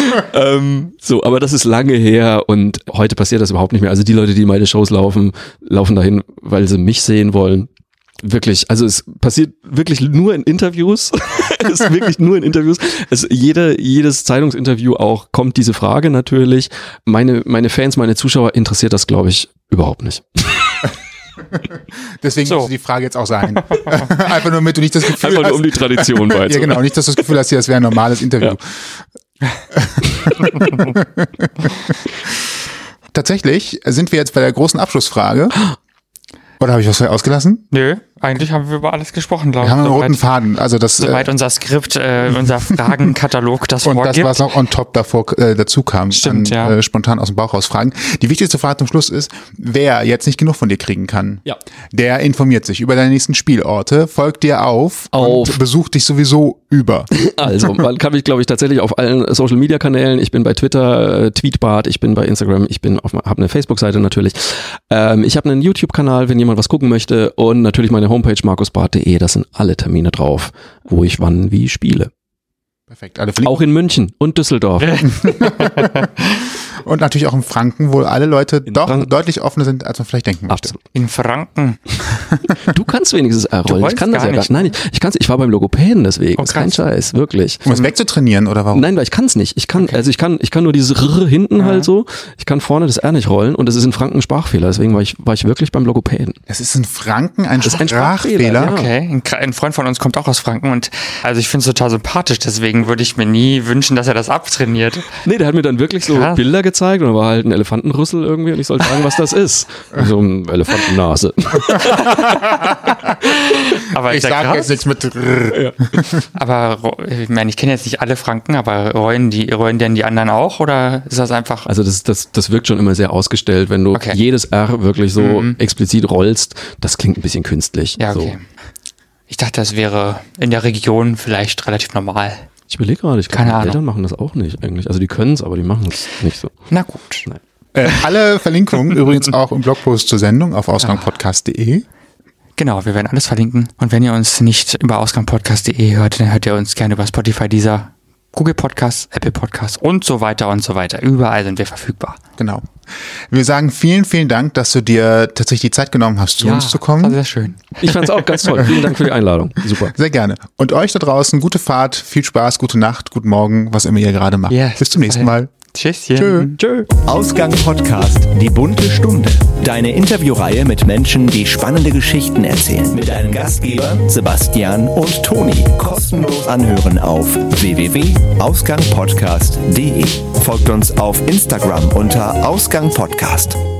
So, aber das ist lange her und heute passiert das überhaupt nicht mehr. Also die Leute, die meine Shows laufen dahin, weil sie mich sehen wollen. Wirklich, also es passiert wirklich nur in Interviews. Es ist wirklich nur in Interviews. Jedes Zeitungsinterview auch kommt diese Frage natürlich. Meine Fans, meine Zuschauer interessiert das, glaube ich, überhaupt nicht. Deswegen musst du die Frage jetzt auch sein. Einfach nur, damit du nicht das Gefühl hast. Einfach nur um die Tradition beizubehalten. Ja, genau, nicht, dass du das Gefühl hast, das wäre ein normales Interview. Ja. Tatsächlich sind wir jetzt bei der großen Abschlussfrage. Oder habe ich was ausgelassen? Nö, eigentlich haben wir über alles gesprochen, glaube ich. Wir haben einen roten Faden. Also das, soweit unser Skript, unser Fragenkatalog das vorgibt. Und das, was noch on top dazu kam. Stimmt, spontan aus dem Bauch raus Fragen. Die wichtigste Frage zum Schluss ist, wer jetzt nicht genug von dir kriegen kann, der informiert sich über deine nächsten Spielorte, folgt dir auf und besucht dich sowieso über. Also, man kann mich, glaube ich, tatsächlich auf allen Social-Media-Kanälen, ich bin bei Twitter, Tweetbart, ich bin bei Instagram, habe eine Facebook-Seite natürlich. Ich habe einen YouTube-Kanal, wenn jemand was gucken möchte, und natürlich meine Homepage markusbarth.de, da sind alle Termine drauf, wo ich wann wie spiele. Perfekt. Alle Fliegen. Auch in München und Düsseldorf. Und natürlich auch in Franken, wo alle Leute doch Franken. deutlich offener sind, als man vielleicht denken möchte. Absolut. In Franken. Du kannst wenigstens R-Rollen. Ich wolltest kann das gar ja gar nicht. nicht. Nein, ich kann's. Ich war beim Logopäden deswegen. Oh, Das ist kein krass. Scheiß, wirklich. Um es wegzutrainieren, oder warum? Nein, weil ich kann es nicht. Ich kann nur dieses R hinten halt so. Ich kann vorne das R nicht rollen und das ist in Franken ein Sprachfehler. Deswegen war ich wirklich beim Logopäden. Das ist in Franken ein Das ist ein Sprachfehler. Sprachfehler, Okay, ein Freund von uns kommt auch aus Franken und also ich finde es total sympathisch, deswegen würde ich mir nie wünschen, dass er das abtrainiert. Nee, der hat mir dann wirklich so Krass. Bilder gezeigt und da war halt ein Elefantenrüssel irgendwie und ich sollte sagen, was das ist. So eine Elefantennase. Aber Ich sage jetzt nichts mit ich meine, ich kenne jetzt nicht alle Franken, aber rollen denn die anderen auch oder ist das einfach? Also das wirkt schon immer sehr ausgestellt, wenn du Okay. jedes R wirklich so explizit rollst. Das klingt ein bisschen künstlich. Ja, okay. So. Ich dachte, das wäre in der Region vielleicht relativ normal. Ich überlege gerade, ich glaube, Keine meine Ahnung. Eltern machen das auch nicht eigentlich. Also die können es, aber die machen es nicht so. Na gut. Alle Verlinkungen übrigens auch im Blogpost zur Sendung auf ausgangpodcast.de. Genau, wir werden alles verlinken. Und wenn ihr uns nicht über ausgangpodcast.de hört, dann hört ihr uns gerne über Spotify, Deezer, Google Podcasts, Apple Podcasts und so weiter und so weiter. Überall sind wir verfügbar. Genau. Wir sagen vielen, vielen Dank, dass du dir tatsächlich die Zeit genommen hast, zu uns zu das war kommen. sehr schön. Ich fand es auch ganz toll. Vielen Dank für die Einladung. Super. Sehr gerne. Und euch da draußen, gute Fahrt, viel Spaß, gute Nacht, guten Morgen, was immer ihr gerade macht. Ja, Bis zum nächsten Mal. Tschüsschen. Tschö. Tschö. Ausgang Podcast, die bunte Stunde. Deine Interviewreihe mit Menschen, die spannende Geschichten erzählen. Mit deinen Gastgebern Sebastian und Toni. Kostenlos anhören auf www.ausgangpodcast.de. Folgt uns auf Instagram unter Ausgang Podcast.